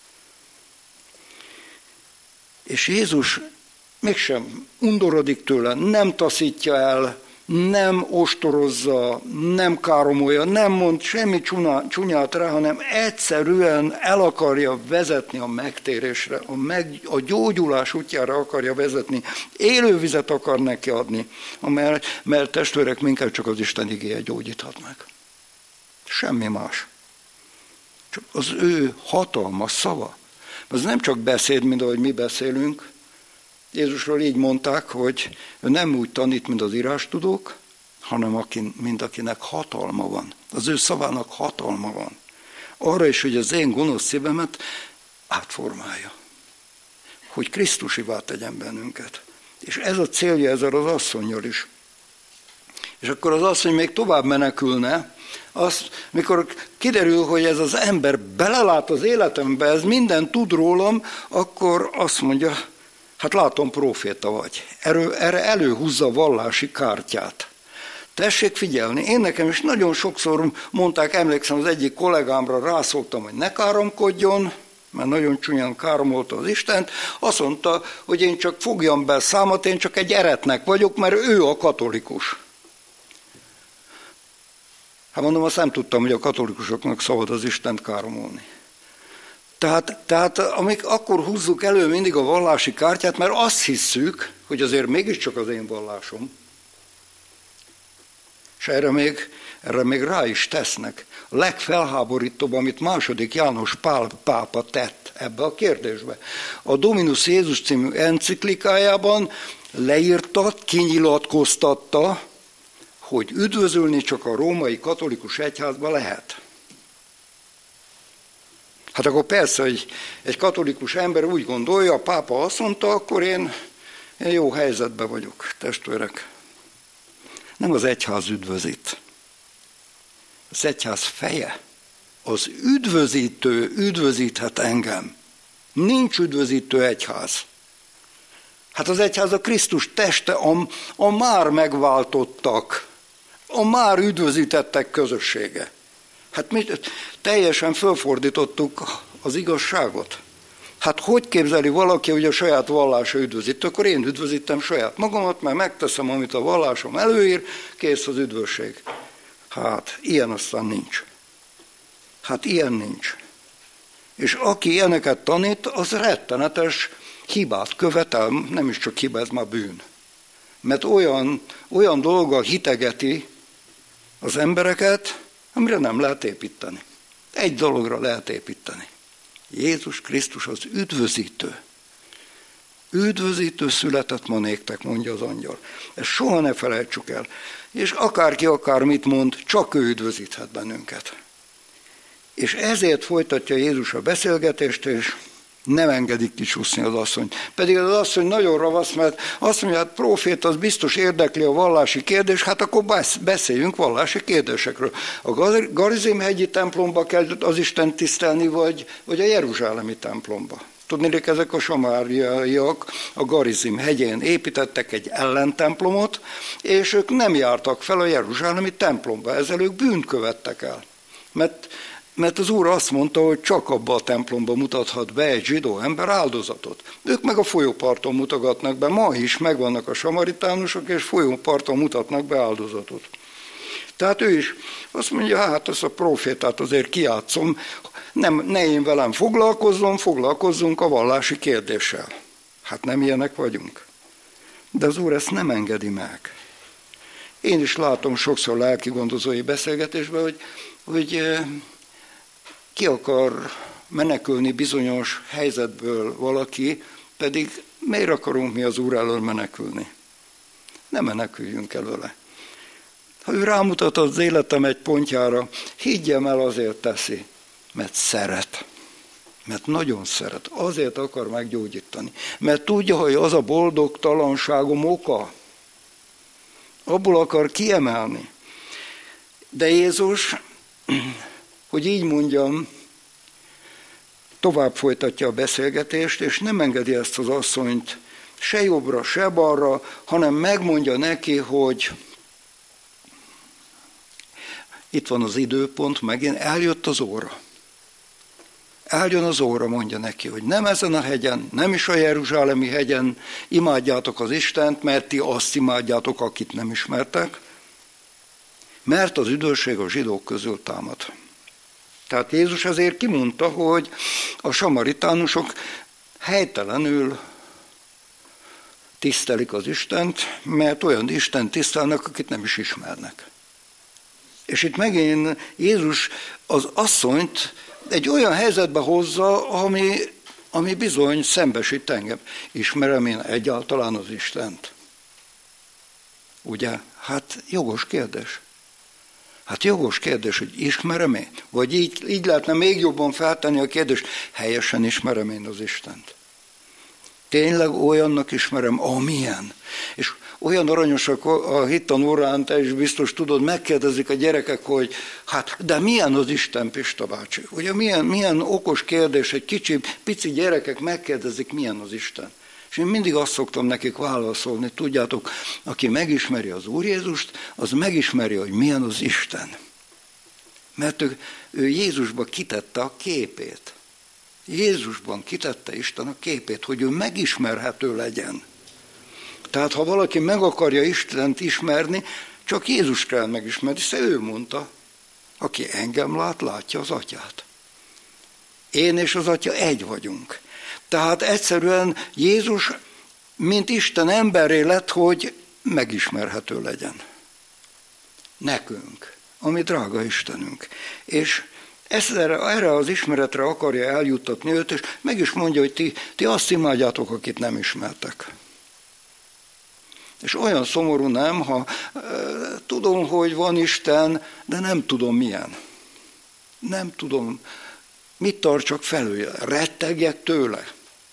És Jézus mégsem undorodik tőle, nem taszítja el, nem ostorozza, nem káromolja, nem mond semmi csúnyát rá, hanem egyszerűen el akarja vezetni a megtérésre, a, meg, a gyógyulás útjára akarja vezetni, élővizet akar neki adni, mert, mert testvérek, minket csak az Isten igéje gyógyíthat meg. Semmi más. Csak az ő hatalmas szava. Ez nem csak beszéd, mint ahogy mi beszélünk. Jézusról így mondták, hogy ő nem úgy tanít, mint az írástudók, hanem aki, mint akinek hatalma van. Az ő szavának hatalma van. Arra is, hogy az én gonosz szívemet átformálja. Hogy Krisztusivá tegyen bennünket. És ez a célja ezzel az asszonnyal is. És akkor az asszony még tovább menekülne, azt, mikor kiderül, hogy ez az ember belelát az életembe, ez minden tud rólam, akkor azt mondja, hát látom, próféta vagy. Erről, erre előhúzza a vallási kártyát. Tessék figyelni, én nekem is nagyon sokszor mondták, emlékszem, az egyik kollégámra rászóltam, hogy ne káromkodjon, mert nagyon csúnyán káromolta az Istent, azt mondta, hogy én csak fogjam be számot, én csak egy eretnek vagyok, mert ő a katolikus. Hát mondom, azt nem tudtam, hogy a katolikusoknak szabad az Istent káromolni. Tehát, tehát amik, akkor húzzuk elő mindig a vallási kártyát, mert azt hisszük, hogy azért mégiscsak az én vallásom. És erre még, erre még rá is tesznek. A legfelháborítóbb, amit második János Pál pápa tett ebbe a kérdésbe. A Dominus Jézus című enciklikájában leírta, kinyilatkoztatta, hogy üdvözölni csak a római katolikus egyházba lehet. Hát akkor persze, hogy egy katolikus ember úgy gondolja, a pápa azt mondta, akkor én, én jó helyzetben vagyok, testvérek. Nem az egyház üdvözít. Az egyház feje. Az üdvözítő üdvözíthet engem. Nincs üdvözítő egyház. Hát az egyház a Krisztus teste, a, a már megváltottak, a már üdvözítettek közössége. Hát mi teljesen fölfordítottuk az igazságot. Hát hogy képzeli valaki, hogy a saját vallása üdvözít? Akkor én üdvözítem saját magamat, mert megteszem, amit a vallásom előír, kész az üdvösség. Hát ilyen aztán nincs. Hát ilyen nincs. És aki ilyeneket tanít, az rettenetes hibát követel, nem is csak hiba, ez már bűn. Mert olyan, olyan dolga hitegeti az embereket, amire nem lehet építeni. Egy dologra lehet építeni. Jézus Krisztus az üdvözítő. Üdvözítő született ma néktek, mondja az angyal. Ezt soha ne felejtsük el. És akárki akármit mond, csak ő üdvözíthet bennünket. És ezért folytatja Jézus a beszélgetést, és nem engedik kicsúszni az asszonyt. Pedig az asszony nagyon ravasz, mert azt mondja, hát prófét, az biztos érdekli a vallási kérdés, hát akkor beszéljünk vallási kérdésekről. A Garizim-hegyi templomba kell az Isten tisztelni, vagy, vagy a jeruzsálemi templomba. Tudnék, ezek a samáriaiak a Garizim hegyén építettek egy ellentemplomot, és ők nem jártak fel a jeruzsálemi templomba, ezzel ők bűnt követtek el. Mert Mert az Úr azt mondta, hogy csak abba a templomba mutathat be egy zsidó ember áldozatot. Ők meg a folyóparton mutogatnak be, ma is megvannak a samaritánusok, és folyóparton mutatnak be áldozatot. Tehát ő is azt mondja, hát azt a profétát azért kijátszom, nem, ne én velem foglalkozzon, foglalkozzunk a vallási kérdéssel. Hát nem ilyenek vagyunk. De az Úr ezt nem engedi meg. Én is látom sokszor lelki gondozói beszélgetésben, hogy, hogy ki akar menekülni bizonyos helyzetből valaki, pedig miért akarunk mi az Úr elől menekülni? Ne meneküljünk előle. Ha ő rámutat az életem egy pontjára, higgyem el, azért teszi, mert szeret. Mert nagyon szeret. Azért akar meggyógyítani. Mert tudja, hogy az a boldogtalanságom oka. Abból akar kiemelni. De Jézus, hogy így mondjam, tovább folytatja a beszélgetést, és nem engedi ezt az asszonyt se jobbra, se balra, hanem megmondja neki, hogy itt van az időpont, megint eljött az óra. Eljön az óra, mondja neki, hogy nem ezen a hegyen, nem is a jeruzsálemi hegyen imádjátok az Istent, mert ti azt imádjátok, akit nem ismertek, mert az üdvösség a zsidók közül támad. Tehát Jézus azért kimondta, hogy a samaritánusok helytelenül tisztelik az Istent, mert olyan Istent tisztelnek, akit nem is ismernek. És itt megint Jézus az asszonyt egy olyan helyzetbe hozza, ami, ami bizony szembesít engem. Ismerem én egyáltalán az Istent? Ugye? Hát jogos kérdés. Hát jogos kérdés, hogy ismerem én? Vagy így, így lehetne még jobban feltenni a kérdést, helyesen ismerem én az Istent? Tényleg olyannak ismerem, amilyen. És olyan aranyosak a hittanórán, te is biztos tudod, megkérdezik a gyerekek, hogy hát, de milyen az Isten, Pista bácsi? Ugye milyen, milyen okos kérdés, egy kicsi, pici gyerekek megkérdezik, milyen az Isten. És én mindig azt szoktam nekik válaszolni, tudjátok, aki megismeri az Úr Jézust, az megismeri, hogy milyen az Isten. Mert ő, ő Jézusba kitette a képét. Jézusban kitette Isten a képét, hogy ő megismerhető legyen. Tehát ha valaki meg akarja Istent ismerni, csak Jézus kell megismerni, hiszen ő mondta, aki engem lát, látja az Atyát. Én és az Atya egy vagyunk. Tehát egyszerűen Jézus, mint Isten emberré lett, hogy megismerhető legyen. Nekünk, ami drága Istenünk. És ezt erre, erre az ismeretre akarja eljuttatni őt, és meg is mondja, hogy ti, ti azt imádjátok, akit nem ismertek. És olyan szomorú nem, ha e, tudom, hogy van Isten, de nem tudom milyen. Nem tudom, mit tartsak felül, rettegjek tőle.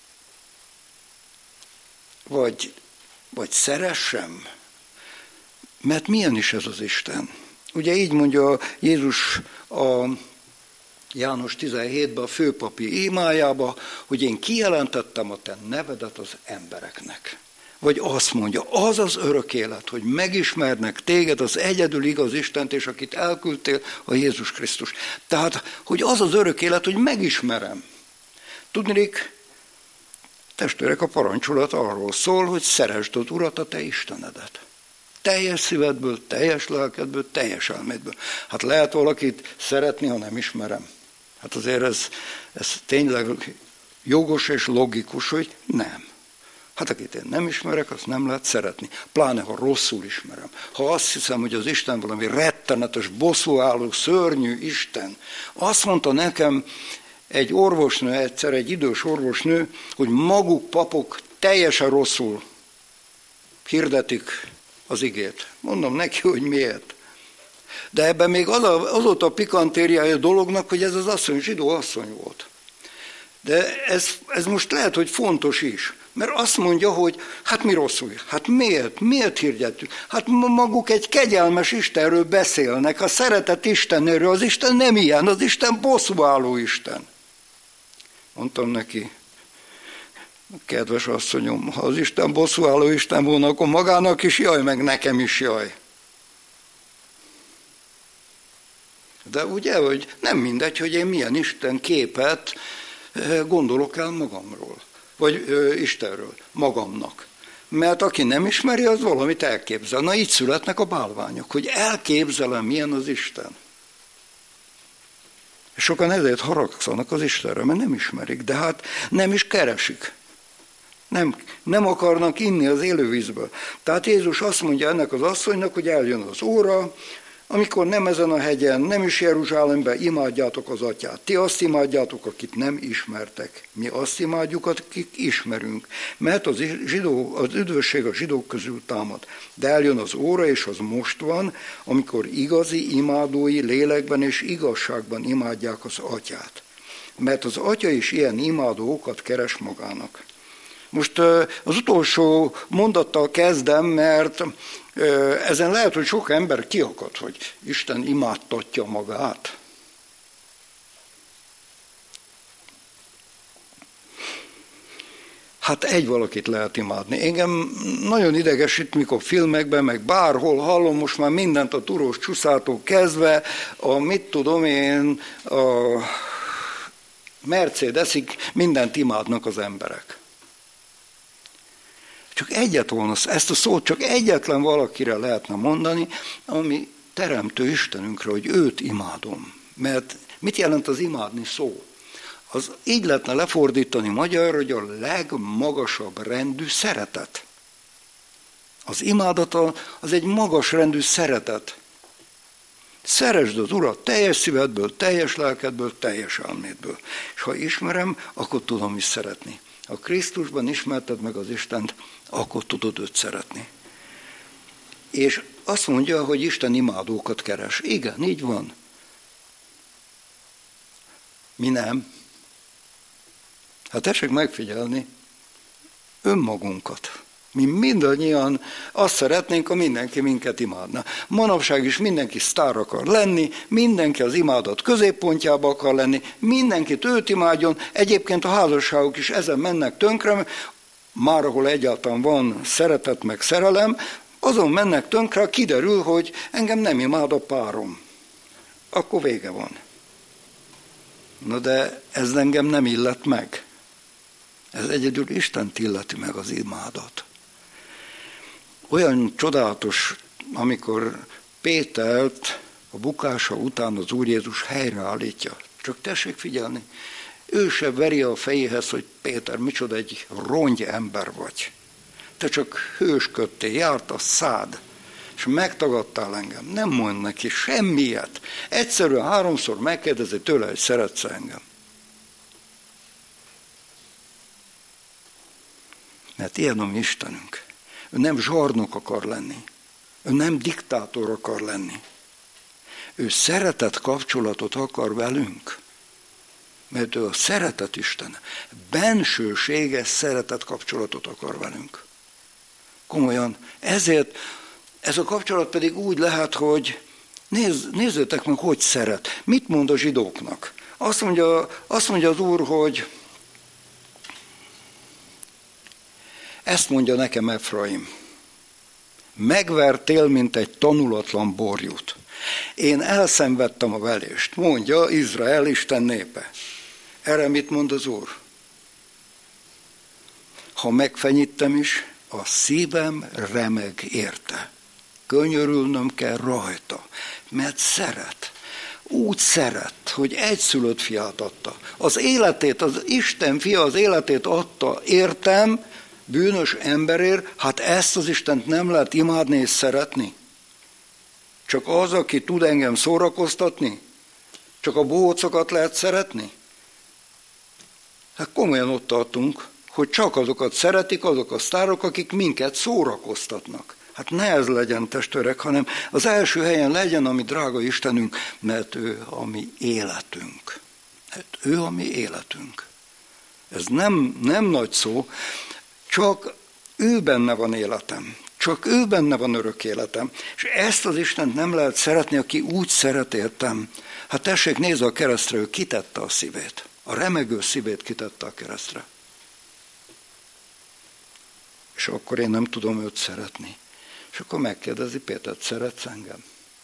Vagy, vagy szeressem. Mert milyen is ez az Isten? Ugye így mondja Jézus a János tizenhétben a főpapi imájába, hogy én kijelentettem a te nevedet az embereknek. Vagy azt mondja, az az örök élet, hogy megismernek téged, az egyedül igaz Istent, és akit elküldtél, a Jézus Krisztus. Tehát, hogy az az örök élet, hogy megismerem. Tudnilik, testvérek, a parancsolat arról szól, hogy szeresd az Urat, a te Istenedet. Teljes szívedből, teljes lelkedből, teljes elmédből. Hát lehet valakit szeretni, ha nem ismerem. Hát azért ez, ez tényleg jogos és logikus, hogy nem. Hát akit én nem ismerek, azt nem lehet szeretni. Pláne, ha rosszul ismerem. Ha azt hiszem, hogy az Isten valami rettenetes, bosszúálló, szörnyű Isten. Azt mondta nekem egy orvosnő egyszer, egy idős orvosnő, hogy maguk papok teljesen rosszul hirdetik az igét. Mondom neki, hogy miért. De ebben még az, a, az volt a pikantériája a dolognak, hogy ez az asszony zsidó asszony volt. De ez, ez most lehet, hogy fontos is. Mert azt mondja, hogy hát mi rosszul? Hát miért? Miért hirdettük? Hát maguk egy kegyelmes Istenről beszélnek, a szeretett Istenről. Az Isten nem ilyen, az Isten bosszúálló Isten. Mondtam neki, kedves asszonyom, ha az Isten bosszúálló Isten volna, akkor magának is jaj, meg nekem is jaj. De ugye, hogy nem mindegy, hogy én milyen Isten képet gondolok el magamról, vagy ö, Istenről, magamnak. Mert aki nem ismeri, az valamit elképzel. Na így születnek a bálványok, hogy elképzelem, milyen az Isten. És sokan ezért haragszanak az Istenre, mert nem ismerik, de hát nem is keresik. Nem, nem akarnak inni az élővízből. Tehát Jézus azt mondja ennek az asszonynak, hogy eljön az óra, amikor nem ezen a hegyen, nem is Jeruzsálemben imádjátok az atyát. Ti azt imádjátok, akit nem ismertek. Mi azt imádjuk, akik ismerünk. Mert az, zsidó, az üdvösség a zsidók közül támad. De eljön az óra, és az most van, amikor igazi imádói lélekben és igazságban imádják az atyát. Mert az atya is ilyen imádókat keres magának. Most az utolsó mondattal kezdem, mert ezen lehet, hogy sok ember kiakad, hogy Isten imádtatja magát. Hát egy valakit lehet imádni. Engem nagyon idegesít, mikor filmekben, meg bárhol hallom most már mindent a Turós Csúszától kezdve, a mit tudom én, a Mercedesig mindent imádnak az emberek. Csak egyet volna, ezt a szót csak egyetlen valakire lehetne mondani, ami teremtő Istenünkre, hogy őt imádom. Mert mit jelent az imádni szó? Az így lehetne lefordítani magyarra, hogy a legmagasabb rendű szeretet. Az imádata az egy magas rendű szeretet. Szeresd az Urat teljes szívedből, teljes lelkedből, teljes elmédből. És ha ismerem, akkor tudom is szeretni. Ha Krisztusban ismerted meg az Istent, akkor tudod őt szeretni. És azt mondja, hogy Isten imádókat keres. Igen, így van. Mi nem. Hát tessék megfigyelni önmagunkat. Mi mindannyian azt szeretnénk, ha mindenki minket imádna. Manapság is mindenki sztár akar lenni, mindenki az imádat középpontjába akar lenni, mindenkit őt imádjon. Egyébként a házasságok is ezen mennek tönkre, már ahol egyáltalán van szeretet meg szerelem, azon mennek tönkre, kiderül, hogy engem nem imád a párom. Akkor vége van. Na de ez engem nem illet meg. Ez egyedül Istent illeti meg az imádat. Olyan csodálatos, amikor Pétert a bukása után az Úr Jézus helyreállítja. Csak tessék figyelni, ő se veri a fejéhez, hogy Péter, micsoda egy rongy ember vagy. Te csak hősködtél, járt a szád, és megtagadtál engem. Nem mond neki semmiet. Egyszerűen háromszor megkérdezi tőle, hogy szeretsz engem. Mert ilyen a mi Istenünk. Ő nem zsarnok akar lenni. Ő nem diktátor akar lenni. Ő szeretett kapcsolatot akar velünk. Mert ő a szeretet Isten. Bensőséges szeretet kapcsolatot akar velünk. Komolyan. Ezért ez a kapcsolat pedig úgy lehet, hogy nézz, nézzétek meg, hogy szeret. Mit mond a zsidóknak? Azt mondja, azt mondja az Úr, hogy ezt mondja nekem Efraim. Megvertél, mint egy tanulatlan borjút. Én elszenvedtem a verést, mondja Izrael Isten népe. Erre mit mond az Úr? Ha megfenyítem is, a szívem remeg érte. Könyörülnöm kell rajta, mert szeret. Úgy szeret, hogy egyszülött fiát adta. Az életét, az Isten fia az életét adta, értem, bűnös emberért, hát ezt az Istent nem lehet imádni és szeretni. Csak az, aki tud engem szórakoztatni? Csak a bohócokat lehet szeretni? Hát komolyan ott tartunk, hogy csak azokat szeretik, azok a sztárok, akik minket szórakoztatnak. Hát ne ez legyen, testvérek, hanem az első helyen legyen a mi drága Istenünk, mert ő a mi életünk. Hát ő a mi életünk. Ez nem, nem nagy szó, csak ő benne van életem. Csak ő benne van örök életem. És ezt az Istent nem lehet szeretni, aki úgy szeret, értem. Hát tessék, nézze a keresztre, ő kitette a szívét. A remegő szívét kitette a keresztre. És akkor én nem tudom őt szeretni. És akkor megkérdezi Pétert, szeretsz engem?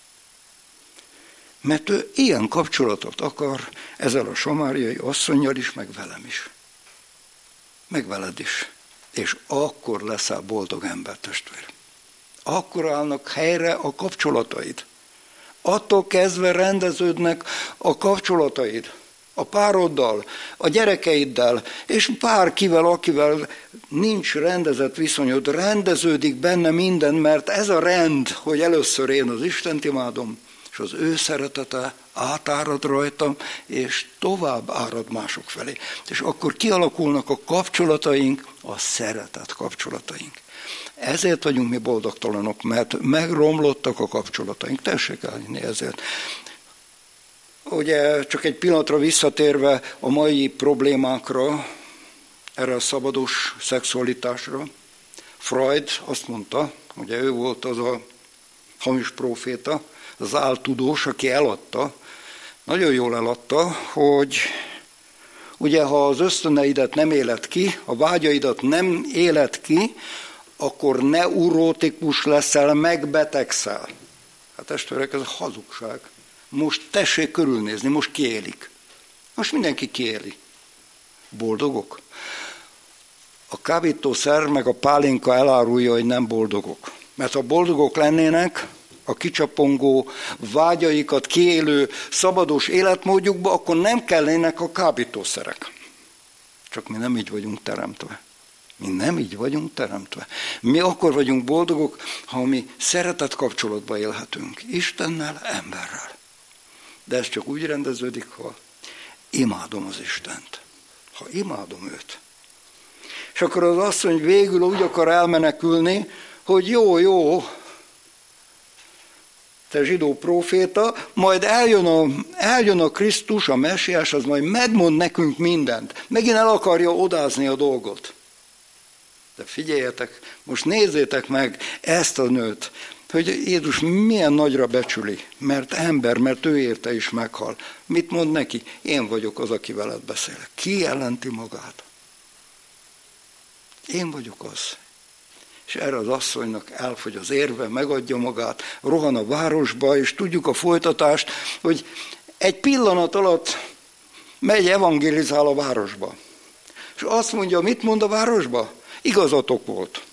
Mert ő ilyen kapcsolatot akar ezzel a samáriai asszonnyal is, meg velem is. Meg veled is. És akkor leszel boldog ember, testvér. Akkor állnak helyre a kapcsolataid. Attól kezdve rendeződnek a kapcsolataid. A pároddal, a gyerekeiddel, és bárkivel, akivel nincs rendezett viszonyod, rendeződik benne minden, mert ez a rend, hogy először én az Istent imádom, és az ő szeretete átárad rajtam, és tovább árad mások felé. És akkor kialakulnak a kapcsolataink, a szeretet kapcsolataink. Ezért vagyunk mi boldogtalanok, mert megromlottak a kapcsolataink. Tessék elhinni ezért. Ugye csak egy pillanatra visszatérve a mai problémákra, erre a szabados szexualitásra, Freud azt mondta, ugye ő volt az a hamis próféta, az áltudós, aki eladta, nagyon jól eladta, hogy ugye ha az ösztöneidet nem éled ki, a vágyaidat nem éled ki, akkor neurotikus leszel, megbetegszel. Hát testvérek, ez a hazugság. Most tessék körülnézni, most kiélik. Most mindenki kiéli. Boldogok? A kábítószer meg a pálinka elárulja, hogy nem boldogok. Mert ha boldogok lennének, a kicsapongó vágyaikat kiélő szabados életmódjukba, akkor nem kellenek a kábítószerek. Csak mi nem így vagyunk teremtve. Mi nem így vagyunk teremtve. Mi akkor vagyunk boldogok, ha mi szeretet kapcsolatban élhetünk. Istennel, emberrel. De ez csak úgy rendeződik, ha imádom az Istent. Ha imádom őt. És akkor az asszony végül úgy akar elmenekülni, hogy jó, jó, te zsidó próféta, majd eljön a, eljön a Krisztus, a Messiás, az majd megmond nekünk mindent. Megint el akarja odázni a dolgot. De figyeljetek, most nézzétek meg ezt a nőt, hogy Jézus milyen nagyra becsüli, mert ember, mert ő érte is meghal. Mit mond neki? Én vagyok az, aki veled beszélek. Ki jelenti magát? Én vagyok az. És erre az asszonynak elfogy az érve, megadja magát, rohan a városba, és tudjuk a folytatást, hogy egy pillanat alatt megy, evangélizál a városba. És azt mondja, mit mond a városba? Igazatok volt.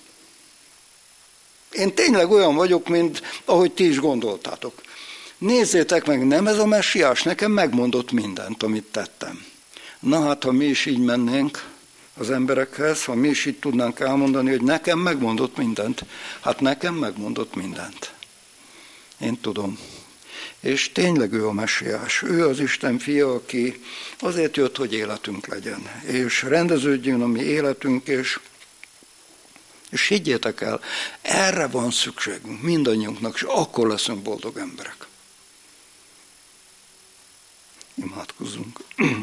Én tényleg olyan vagyok, mint ahogy ti is gondoltátok. Nézzétek meg, nem ez a Messiás, nekem megmondott mindent, amit tettem. Na hát, ha mi is így mennénk az emberekhez, ha mi is így tudnánk elmondani, hogy nekem megmondott mindent, hát nekem megmondott mindent. Én tudom. És tényleg ő a Messiás. Ő az Isten fia, aki azért jött, hogy életünk legyen. És rendeződjön a mi életünk, és És higgyétek el, erre van szükségünk mindannyiunknak, és akkor leszünk boldog emberek. Imádkozzunk.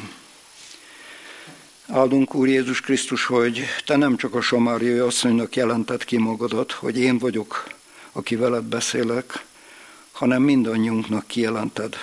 Áldunk, Úr Jézus Krisztus, hogy te nem csak a samáriai asszonynak jelented ki magadat, hogy én vagyok, aki veled beszélek, hanem mindannyiunknak kijelented.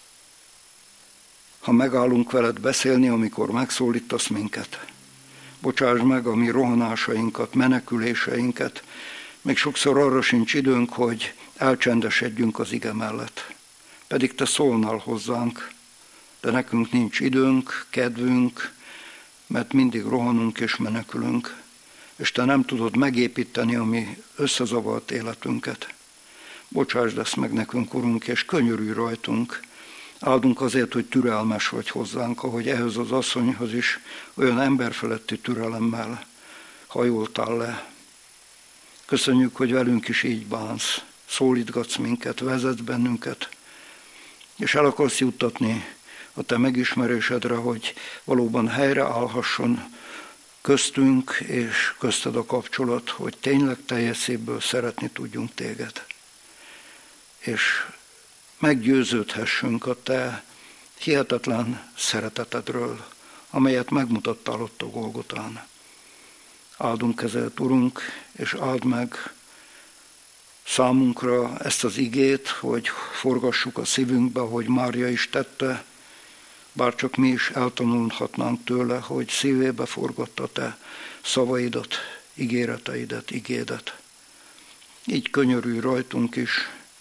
Ha megállunk veled beszélni, amikor megszólítasz minket, bocsáss meg a mi rohanásainkat, meneküléseinket, még sokszor arra sincs időnk, hogy elcsendesedjünk az ige mellett. Pedig te szólnál hozzánk, de nekünk nincs időnk, kedvünk, mert mindig rohanunk és menekülünk, és te nem tudod megépíteni a mi összezavart életünket. Bocsásd ezt meg nekünk, Urunk, és könyörülj rajtunk, Áldunk azért, hogy türelmes vagy hozzánk, ahogy ehhez az asszonyhoz is olyan emberfeletti türelemmel hajoltál le. Köszönjük, hogy velünk is így bánsz, szólítgatsz minket, vezetsz bennünket, és el akarsz juttatni a te megismerésedre, hogy valóban helyreállhasson köztünk és közted a kapcsolat, hogy tényleg teljes szívből szeretni tudjunk téged. És meggyőződhessünk a te hihetetlen szeretetedről, amelyet megmutattál ott a Golgotán. Áldunk kezed, Urunk, és áld meg számunkra ezt az igét, hogy forgassuk a szívünkbe, hogy Mária is tette, bár csak mi is eltanulhatnánk tőle, hogy szívébe forgatta te szavaidat, ígéreteidet, igédet. Így könyörülj rajtunk is,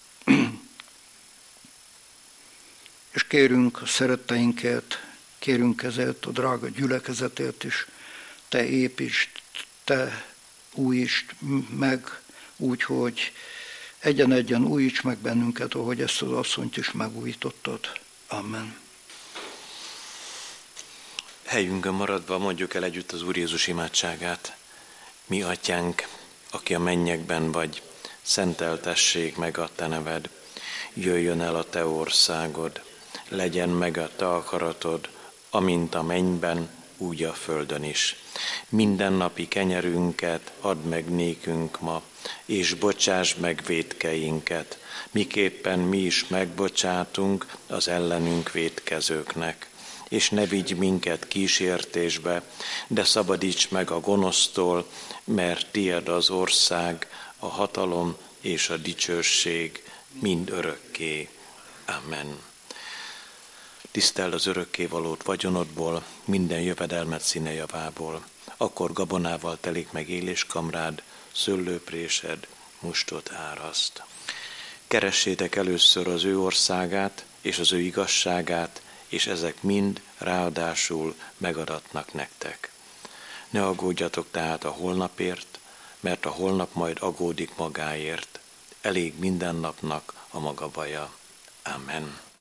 és kérünk a szeretteinket, kérünk ezért a drága gyülekezetért is, te építsd, te újítsd meg úgy, hogy egyen-egyen újíts meg bennünket, ahogy ezt az asszonyt is megújítottad. Amen. Helyünkön maradva mondjuk el együtt az Úr Jézus imádságát. Mi atyánk, aki a mennyekben vagy, szenteltessék meg a te neved. Jöjjön el a te országod, legyen meg a te akaratod, amint a mennyben, úgy a földön is. Mindennapi kenyerünket add meg nékünk ma, és bocsáss meg vétkeinket, miképpen mi is megbocsátunk az ellenünk vétkezőknek. És ne vigy minket kísértésbe, de szabadíts meg a gonosztól, mert tied az ország, a hatalom és a dicsőség mind örökké. Amen. Tiszteld az örökkévalót vagyonodból, minden jövedelmet színe javából. Akkor gabonával telik meg éléskamrád, szőlőprésed, mustot áraszt. Keressétek először az ő országát és az ő igazságát, és ezek mind ráadásul megadatnak nektek. Ne aggódjatok tehát a holnapért, mert a holnap majd aggódik magáért. Elég minden napnak a maga baja. Amen.